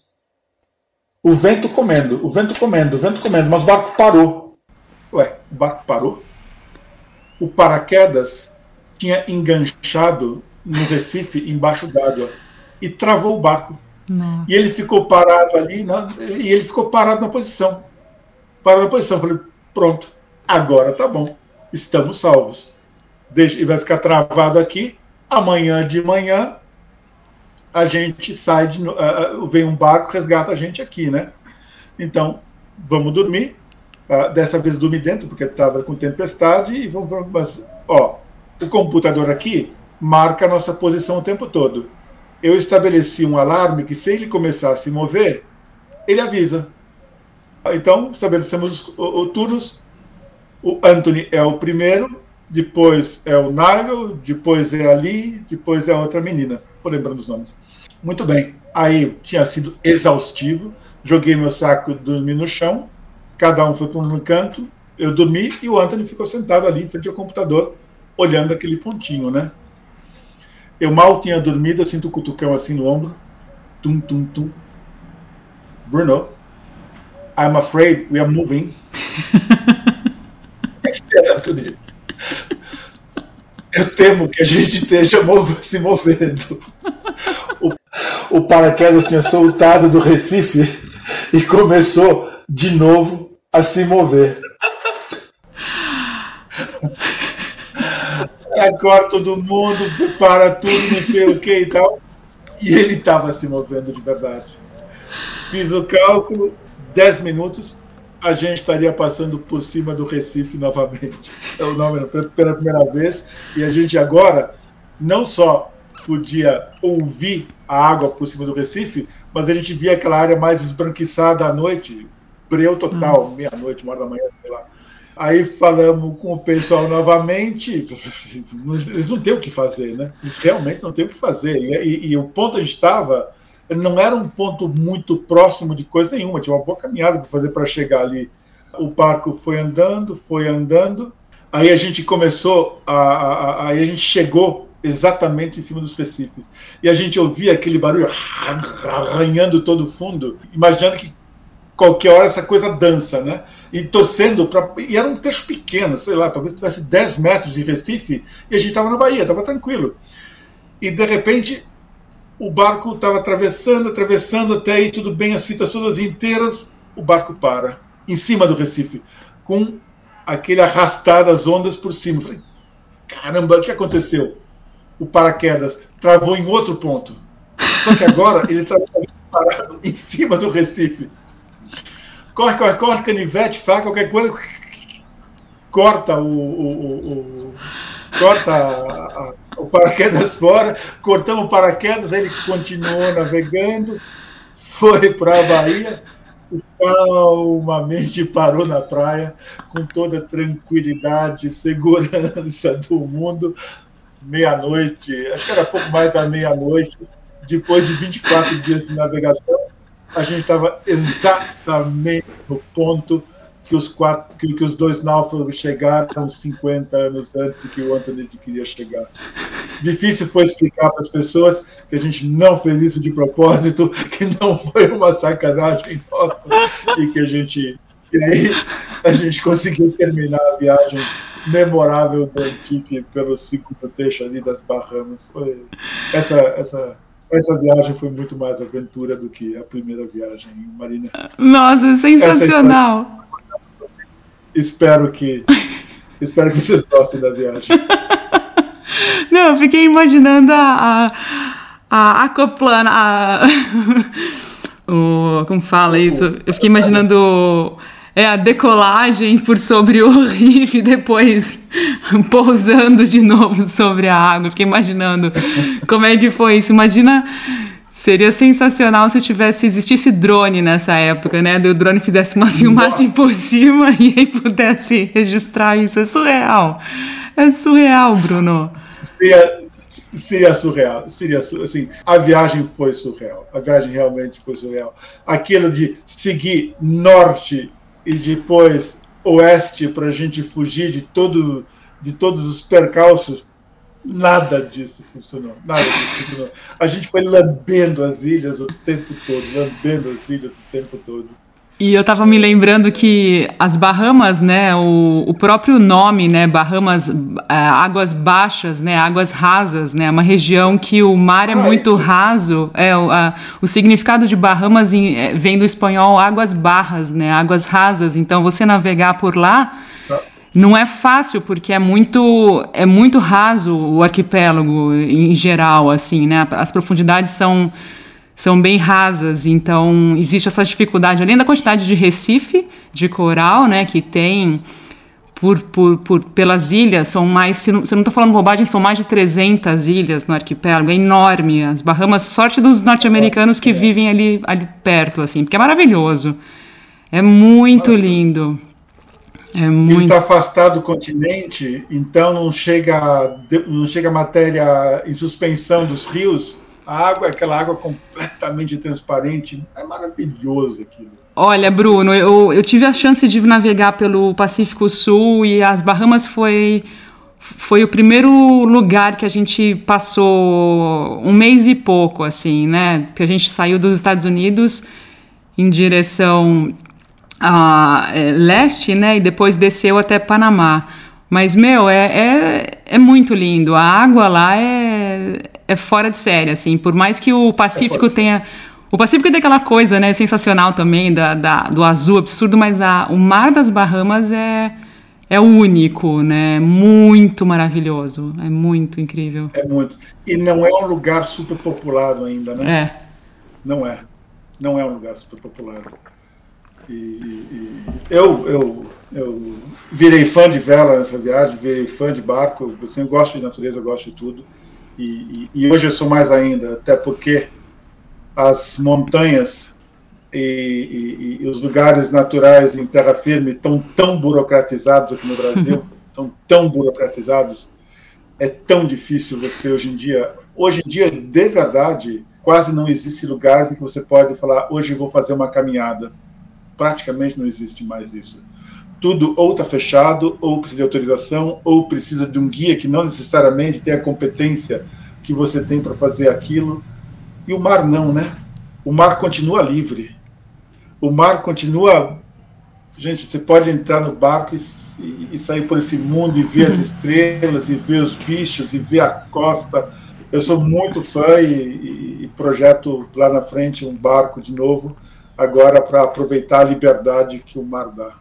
O vento comendo, o vento comendo, o vento comendo, mas o barco parou. Ué, o barco parou? O paraquedas tinha enganchado no Recife, embaixo d'água, e travou o barco. Não. E ele ficou parado ali, na, e ele ficou parado na posição. Parado na posição. Eu falei, pronto, agora tá bom, estamos salvos. Deixa, ele vai ficar travado aqui, amanhã de manhã a gente sai, de, uh, vem um barco, resgata a gente aqui, né? Então, vamos dormir. Uh, dessa vez dormi dentro, porque estava com tempestade, e vamos, mas, ó, o computador aqui marca a nossa posição o tempo todo. Eu estabeleci um alarme que, se ele começar a se mover, ele avisa. Então, estabelecemos os, os, os turnos. O Anthony é o primeiro, depois é o Nigel, depois é a Lee, depois é a outra menina. Estou lembrando os nomes. Muito bem. Aí tinha sido exaustivo. Joguei meu saco, dormi no chão. Cada um foi para um canto. Eu dormi e o Anthony ficou sentado ali em frente ao computador, olhando aquele pontinho, né? Eu mal tinha dormido, eu sinto o cutucão assim no ombro. Tum, tum, tum. Bruno, I'm afraid we are moving. Anthony, eu temo que a gente esteja mov- se movendo. O, o paraquedas tinha soltado do Recife e começou de novo a se mover. Agora todo mundo prepara tudo, não sei o que e tal. E ele estava se movendo de verdade. Fiz o cálculo, dez minutos, a gente estaria passando por cima do Recife novamente. É o nome pela primeira vez. E a gente agora não só podia ouvir a água por cima do Recife, mas a gente via aquela área mais esbranquiçada à noite, breu total, hum. meia-noite, uma hora da manhã, sei lá. Aí falamos com o pessoal novamente, eles não têm o que fazer, né? Eles realmente não têm o que fazer. E, e, e o ponto onde estava não era um ponto muito próximo de coisa nenhuma, tinha uma boa caminhada para fazer para chegar ali. O barco foi andando, foi andando, aí a gente começou, a, a, a, aí a gente chegou exatamente em cima dos recifes. E a gente ouvia aquele barulho arranhando todo o fundo, imaginando que qualquer hora essa coisa dança, né? E torcendo para. E era um trecho pequeno, sei lá, talvez tivesse dez metros de Recife, e a gente estava na Bahia, estava tranquilo. E de repente o barco estava atravessando, atravessando até aí, tudo bem, as fitas todas inteiras, o barco para, em cima do Recife, com aquele arrastar das ondas por cima. Eu falei, caramba, o que aconteceu? O paraquedas travou em outro ponto. Só que agora ele estava parado em cima do Recife. Corre, corre, corre, canivete, faca, qualquer coisa, corta o, o, o corta a, a, o paraquedas fora, cortamos o paraquedas, ele continuou navegando, foi para a Bahia e calmamente parou na praia, com toda a tranquilidade e segurança do mundo, meia-noite, acho que era pouco mais da meia-noite, depois de vinte e quatro dias de navegação, a gente estava exatamente no ponto que os, quatro, que, que os dois náufragos chegaram cinquenta anos antes que o Anthony queria chegar. Difícil foi explicar para as pessoas que a gente não fez isso de propósito, que não foi uma sacanagem nossa, e que a gente, e aí a gente conseguiu terminar a viagem memorável do Antique pelo segundo trecho ali das Bahamas. Foi essa... essa Essa viagem foi muito mais aventura do que a primeira viagem, Marina. Nossa, sensacional. Espero que Espero que vocês gostem da viagem. Não, eu fiquei imaginando a, a, a aquaplana, a, o, como fala isso? Eu fiquei imaginando é, a decolagem por sobre o Rif, depois pousando de novo sobre a água. Eu fiquei imaginando como é que foi isso. Imagina, seria sensacional se tivesse, existisse drone nessa época, né? O drone fizesse uma filmagem Nossa. por cima e aí pudesse registrar isso. É surreal. É surreal, Bruno. Seria, seria surreal. Seria, assim, a viagem foi surreal. A viagem realmente foi surreal. Aquilo de seguir norte e depois oeste para a gente fugir de, todo, de todos os percalços, nada disso funcionou. Nada disso funcionou. A gente foi lambendo as ilhas o tempo todo, lambendo as ilhas o tempo todo. E eu tava me lembrando que as Bahamas, né, o, o próprio nome, né, Bahamas, uh, águas baixas, né, águas rasas, né, uma região que o mar é ah, muito isso. raso. É, o, a, o significado de Bahamas em, é, vem do espanhol águas barras, né, águas rasas. Então, você navegar por lá ah. não é fácil, porque é muito, é muito raso o arquipélago em geral, assim, né, as profundidades são... são bem rasas, então existe essa dificuldade, além da quantidade de recife, de coral, né, que tem por, por, por, pelas ilhas, são mais, se não estou falando bobagem, são mais de trezentas ilhas no arquipélago, é enorme, as Bahamas, sorte dos norte-americanos que vivem ali, ali perto, assim, porque é maravilhoso, é muito lindo. É muito... Ele está afastado do continente, então não chega, não chega matéria em suspensão dos rios. A água, aquela água completamente transparente, é maravilhoso aquilo. Olha, Bruno, eu, eu tive a chance de navegar pelo Pacífico Sul e as Bahamas foi, foi o primeiro lugar que a gente passou um mês e pouco, assim, né? Porque a gente saiu dos Estados Unidos em direção a é, leste, né? E depois desceu até Panamá. Mas, meu, é, é, é muito lindo. A água lá é, é fora de série, assim. Por mais que o Pacífico é tenha... O Pacífico tem aquela coisa, né, sensacional também, da, da, do azul absurdo, mas a, o mar das Bahamas é, é único, né? Muito maravilhoso. É muito incrível. É muito. E não é um lugar super populado ainda, né? É. Não é. Não é um lugar super populado. E, e eu... eu Eu virei fã de vela nessa viagem, virei fã de barco, eu sempre gosto de natureza, eu gosto de tudo. E, e, e hoje eu sou mais ainda, até porque as montanhas e, e, e os lugares naturais em terra firme estão tão burocratizados aqui no Brasil, estão tão burocratizados, é tão difícil você hoje em dia... Hoje em dia, de verdade, quase não existe lugar em que você pode falar, hoje eu vou fazer uma caminhada. Praticamente não existe mais isso. Tudo ou está fechado, ou precisa de autorização, ou precisa de um guia que não necessariamente tem a competência que você tem para fazer aquilo. E o mar não, né? O mar continua livre. O mar continua... Gente, você pode entrar no barco e, e sair por esse mundo e ver as estrelas, e ver os bichos, e ver a costa. Eu sou muito fã e, e, e projeto lá na frente um barco de novo, agora para aproveitar a liberdade que o mar dá.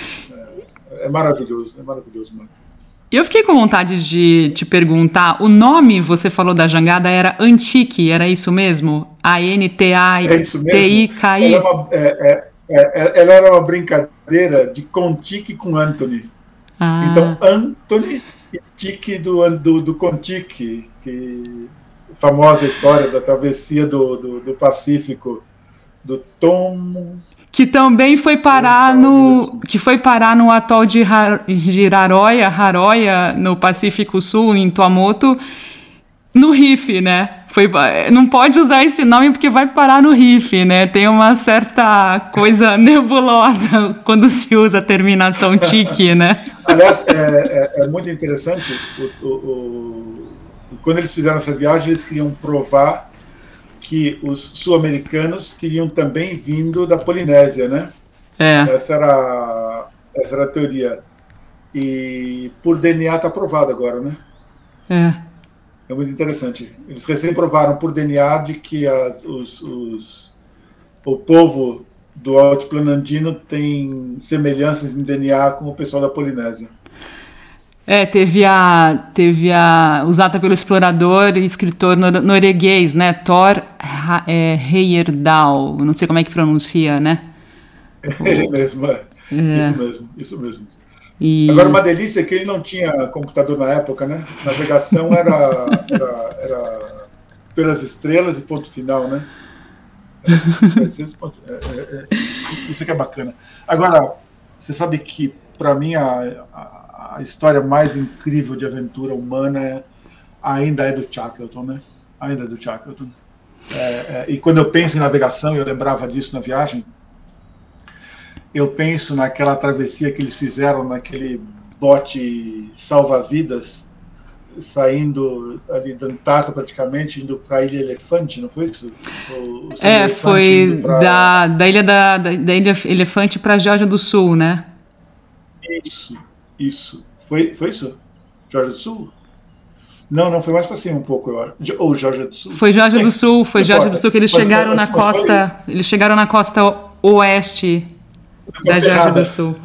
É maravilhoso, é maravilhoso, mano. Eu fiquei com vontade de te perguntar, o nome, você falou da jangada, era Antique, era isso mesmo? A N T A T I K I. Ela, é uma, é, é, ela era uma brincadeira de Contique com Anthony. Ah. Então, Anthony e Tique do, do, do Contique, que famosa história da travessia do, do, do Pacífico, do Tom... Que também foi parar no, que foi parar no atol de Hiraroya, Haroya, no Pacífico Sul, em Tuamotu, no Rif, né? Foi, não pode usar esse nome porque vai parar no Rif, né? Tem uma certa coisa nebulosa quando se usa a terminação tique, né? Aliás, é, é, é muito interessante, o, o, o, quando eles fizeram essa viagem, eles queriam provar que os sul-americanos teriam também vindo da Polinésia, né? É. Essa era, essa era a teoria. E por D N A está provado agora, né? É. É muito interessante. Eles recém provaram por D N A de que as, os, os, o povo do Altiplano Andino tem semelhanças em D N A com o pessoal da Polinésia. É, teve a, teve a usada pelo explorador e escritor norueguês, né? Thor é, Heyerdahl, não sei como é que pronuncia, né? É ele mesmo, é. É. Isso mesmo, isso mesmo. E... Agora, uma delícia é que ele não tinha computador na época, né? Navegação era, era, era pelas estrelas e ponto final, né? É, é, é, isso que é bacana. Agora, você sabe que, para mim, a, a, a história mais incrível de aventura humana ainda é do Shackleton, né? Ainda é do Shackleton. É, é, e quando eu penso em navegação, eu lembrava disso na viagem, eu penso naquela travessia que eles fizeram naquele bote salva-vidas, saindo ali da Antártida praticamente, indo para a Ilha Elefante, não foi isso? O, o é, foi pra... da, da Ilha da, da, da Ilha Elefante para Geórgia do Sul, né? Isso, isso. Foi, foi isso? Geórgia do Sul? Não, não, foi mais para cima um pouco, eu acho. Ou Geórgia do Sul? Foi Geórgia do Sul, foi Geórgia do Sul que eles mas, chegaram mas, na mas costa, foi... eles chegaram na costa oeste da Geórgia do Sul.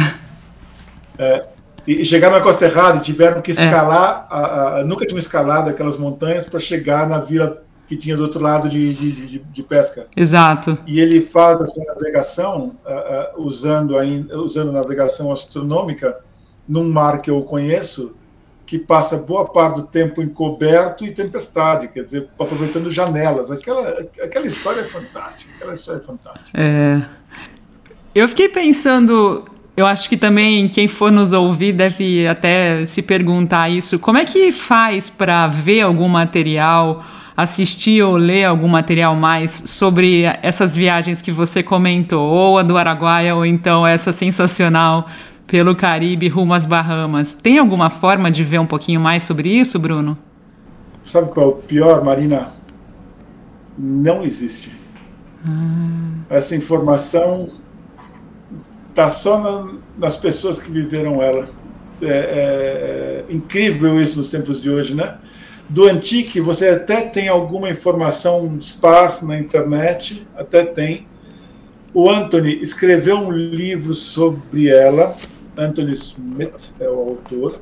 É, e chegaram na costa errada e tiveram que escalar, é. a, a, nunca tinham escalado aquelas montanhas para chegar na vila que tinha do outro lado de, de, de, de pesca. Exato. E ele faz essa navegação uh, uh, usando, a, usando navegação astronômica num mar que eu conheço, que passa boa parte do tempo encoberto e tempestade, quer dizer, aproveitando janelas. Aquela, aquela história é fantástica, aquela história é fantástica. É... Eu fiquei pensando, eu acho que também quem for nos ouvir deve até se perguntar isso, como é que faz para ver algum material, assistir ou ler algum material mais sobre essas viagens que você comentou, ou a do Araguaia, ou então essa sensacional pelo Caribe rumo às Bahamas. Tem alguma forma de ver um pouquinho mais sobre isso, Bruno? Sabe qual é o pior, Marina? Não existe. Ah. Essa informação está só na, nas pessoas que viveram ela. É, é incrível isso nos tempos de hoje, né? Do Antique, você até tem alguma informação esparsa na internet, até tem. O Anthony escreveu um livro sobre ela, Anthony Smith é o autor,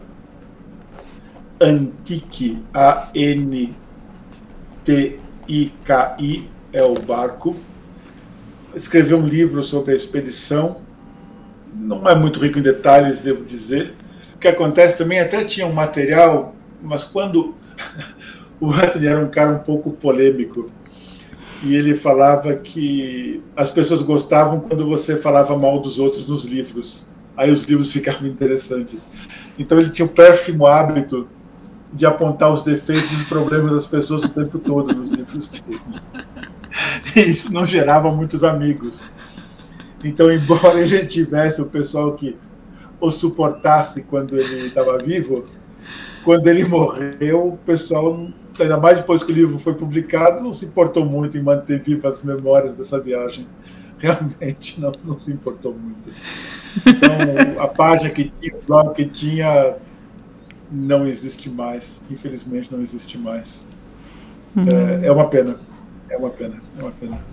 Antique, A N T I K I, é o barco. Escreveu um livro sobre a expedição, não é muito rico em detalhes, devo dizer. O que acontece também, até tinha um material, mas quando o Anthony era um cara um pouco polêmico, e ele falava que as pessoas gostavam quando você falava mal dos outros nos livros, aí os livros ficavam interessantes. Então ele tinha o péssimo hábito de apontar os defeitos e os problemas das pessoas o tempo todo nos livros dele. E isso não gerava muitos amigos. Então, embora ele tivesse o pessoal que o suportasse quando ele estava vivo, quando ele morreu, o pessoal, ainda mais depois que o livro foi publicado, não se importou muito em manter vivas as memórias dessa viagem. Realmente não, não se importou muito. Então, a página que tinha, o blog que tinha, não existe mais. Infelizmente, não existe mais. Uhum. É, é uma pena. É uma pena. É uma pena.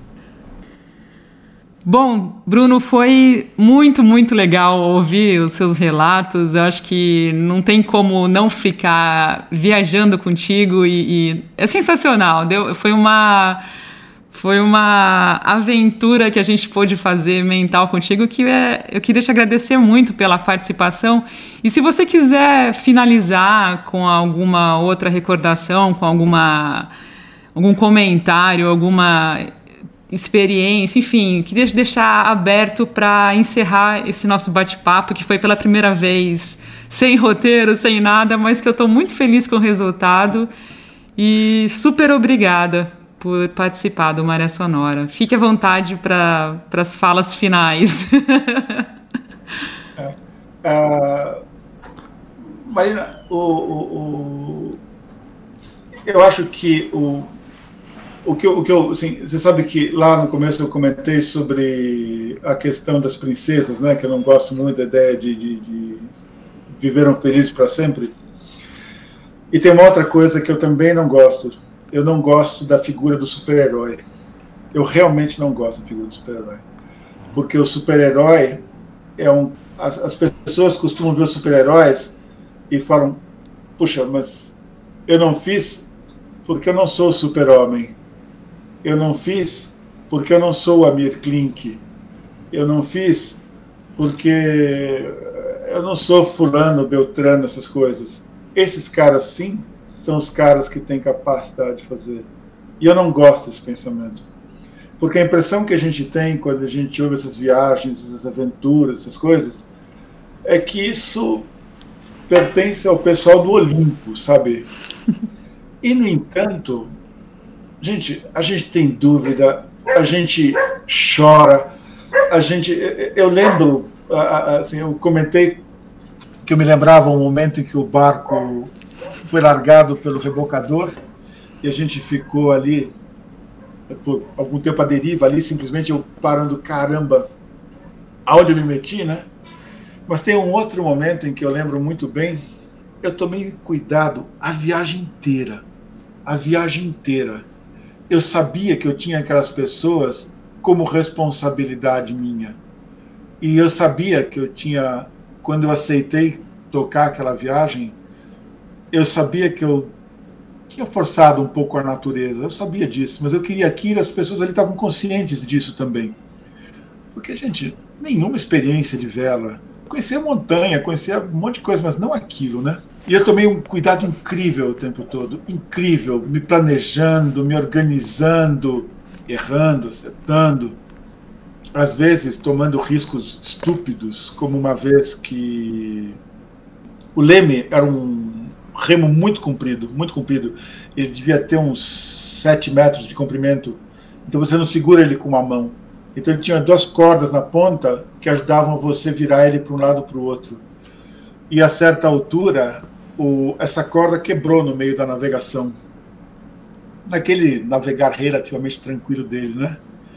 Bom, Bruno, foi muito, muito legal ouvir os seus relatos. Eu acho que não tem como não ficar viajando contigo e, e é sensacional. Deu, foi uma, foi uma aventura que a gente pôde fazer mental contigo que é, eu queria te agradecer muito pela participação. E se você quiser finalizar com alguma outra recordação, com alguma, algum comentário, alguma experiência, enfim, queria deixar aberto para encerrar esse nosso bate-papo, que foi pela primeira vez sem roteiro, sem nada, mas que eu estou muito feliz com o resultado e super obrigada por participar do Maré Sonora. Fique à vontade para as falas finais. é, é, Marina, o, o, o, eu acho que o O que eu, o que eu assim, você sabe que lá no começo eu comentei sobre a questão das princesas, né? Que eu não gosto muito da ideia de, de, de viveram felizes para sempre. E tem uma outra coisa que eu também não gosto. Eu não gosto da figura do super-herói. Eu realmente não gosto da figura do super-herói, porque o super-herói é um. As, as pessoas costumam ver os super-heróis e falam, puxa, mas eu não fiz porque eu não sou o super-homem. Eu não fiz porque eu não sou o Amir Klink. Eu não fiz porque eu não sou fulano, beltrano, essas coisas. Esses caras, sim, são os caras que têm capacidade de fazer. E eu não gosto desse pensamento. Porque a impressão que a gente tem quando a gente ouve essas viagens, essas aventuras, essas coisas, é que isso pertence ao pessoal do Olimpo, sabe? E, no entanto, gente, a gente tem dúvida, a gente chora, a gente... Eu lembro, assim, eu comentei que eu me lembrava um momento em que o barco foi largado pelo rebocador e a gente ficou ali por algum tempo à deriva ali, simplesmente eu parando, caramba, aonde eu me meti, né? Mas tem um outro momento em que eu lembro muito bem, eu tomei cuidado a viagem inteira, a viagem inteira. Eu sabia que eu tinha aquelas pessoas como responsabilidade minha. E eu sabia que eu tinha, quando eu aceitei tocar aquela viagem, eu sabia que eu tinha forçado um pouco a natureza, eu sabia disso, mas eu queria aquilo, as pessoas ali estavam conscientes disso também. Porque, gente, nenhuma experiência de vela, conhecia a montanha, conhecia um monte de coisa, mas não aquilo, né? E eu tomei um cuidado incrível o tempo todo, incrível, me planejando, me organizando, errando, acertando, às vezes tomando riscos estúpidos, como uma vez que o leme era um remo muito comprido, muito comprido. Ele devia ter uns sete metros de comprimento. Então você não segura ele com uma mão. Então ele tinha duas cordas na ponta que ajudavam você a virar ele para um lado ou para o outro. E a certa altura, o, essa corda quebrou no meio da navegação. Naquele navegar relativamente tranquilo dele, né?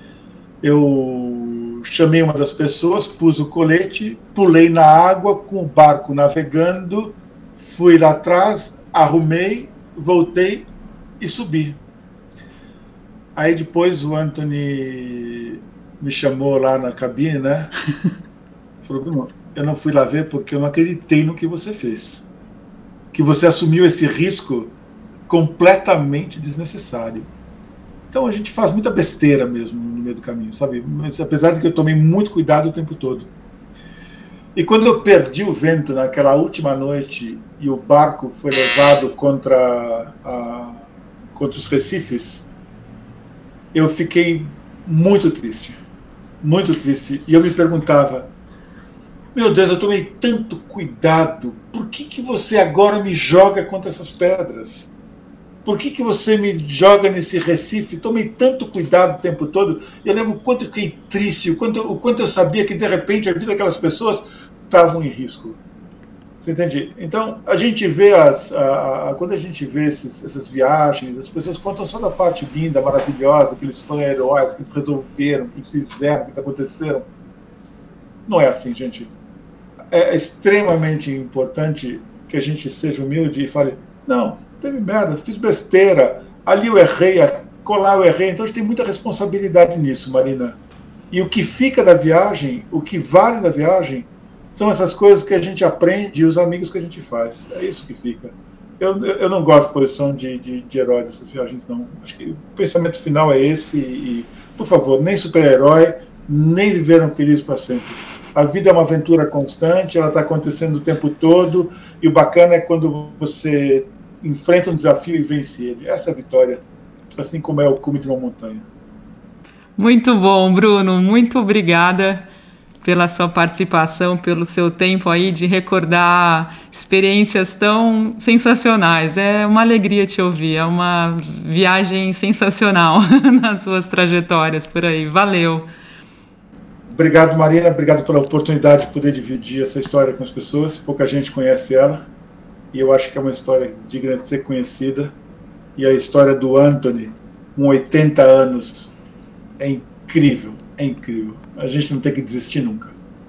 Eu chamei uma das pessoas, pus o colete, pulei na água com o barco navegando, fui lá atrás, arrumei, voltei e subi. Aí depois o Anthony me chamou lá na cabine, né? Falou, Bruno, eu não fui lá ver porque eu não acreditei no que você fez. Que você assumiu esse risco completamente desnecessário. Então a gente faz muita besteira mesmo no meio do caminho, sabe? Mas, apesar de que eu tomei muito cuidado o tempo todo. E quando eu perdi o vento naquela última noite e o barco foi levado contra, a, contra os recifes, eu fiquei muito triste, muito triste. E eu me perguntava, meu Deus, eu tomei tanto cuidado, por que que você agora me joga contra essas pedras? Por que que você me joga nesse recife? Tomei tanto cuidado o tempo todo. Eu lembro o quanto eu fiquei triste, o quanto, o quanto eu sabia que, de repente, a vida daquelas pessoas estavam em risco. Você entende? Então, a gente vê, as, a, a, quando a gente vê esses, essas viagens, as pessoas contam só da parte linda, maravilhosa, que eles foram heróis, que eles resolveram, que eles fizeram, que aconteceram. Não é assim, gente. É extremamente importante que a gente seja humilde e fale, não, teve merda, fiz besteira, ali eu errei, colar eu errei, então a gente tem muita responsabilidade nisso, Marina. E o que fica da viagem, o que vale da viagem, são essas coisas que a gente aprende e os amigos que a gente faz. É isso que fica. Eu, eu não gosto de posição de, de, de herói dessas viagens, não. Acho que o pensamento final é esse e, por favor, nem super-herói, nem viveram felizes para sempre. A vida é uma aventura constante, ela está acontecendo o tempo todo, e o bacana é quando você enfrenta um desafio e vence ele. Essa é a vitória, assim como é o cume de uma montanha. Muito bom, Bruno. Muito obrigada pela sua participação, pelo seu tempo aí de recordar experiências tão sensacionais. É uma alegria te ouvir, é uma viagem sensacional nas suas trajetórias por aí. Valeu. Obrigado, Marina. Obrigado pela oportunidade de poder dividir essa história com as pessoas. Pouca gente conhece ela. E eu acho que é uma história digna de ser conhecida. E a história do Anthony, com oitenta anos, é incrível, é incrível. A gente não tem que desistir nunca.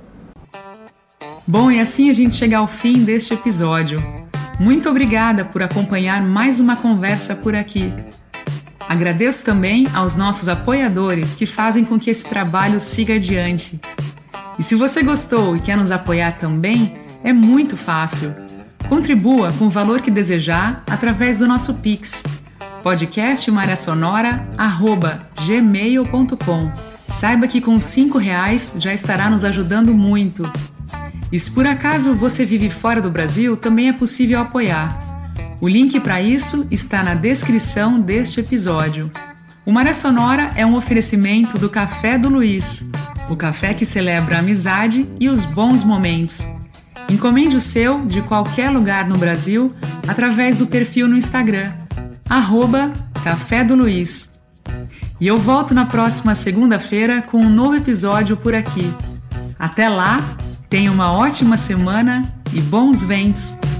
Bom, e assim a gente chega ao fim deste episódio. Muito obrigada por acompanhar mais uma conversa por aqui. Agradeço também aos nossos apoiadores que fazem com que esse trabalho siga adiante. E se você gostou e quer nos apoiar também, é muito fácil. Contribua com o valor que desejar através do nosso Pix, podcast maria sonora arroba gmail ponto com. Saiba que com cinco reais já estará nos ajudando muito. E se por acaso você vive fora do Brasil, também é possível apoiar. O link para isso está na descrição deste episódio. O Maria Sonora é um oferecimento do Café do Luiz, o café que celebra a amizade e os bons momentos. Encomende o seu de qualquer lugar no Brasil através do perfil no Instagram, arroba Café do Luiz. E eu volto na próxima segunda-feira com um novo episódio por aqui. Até lá, tenha uma ótima semana e bons ventos!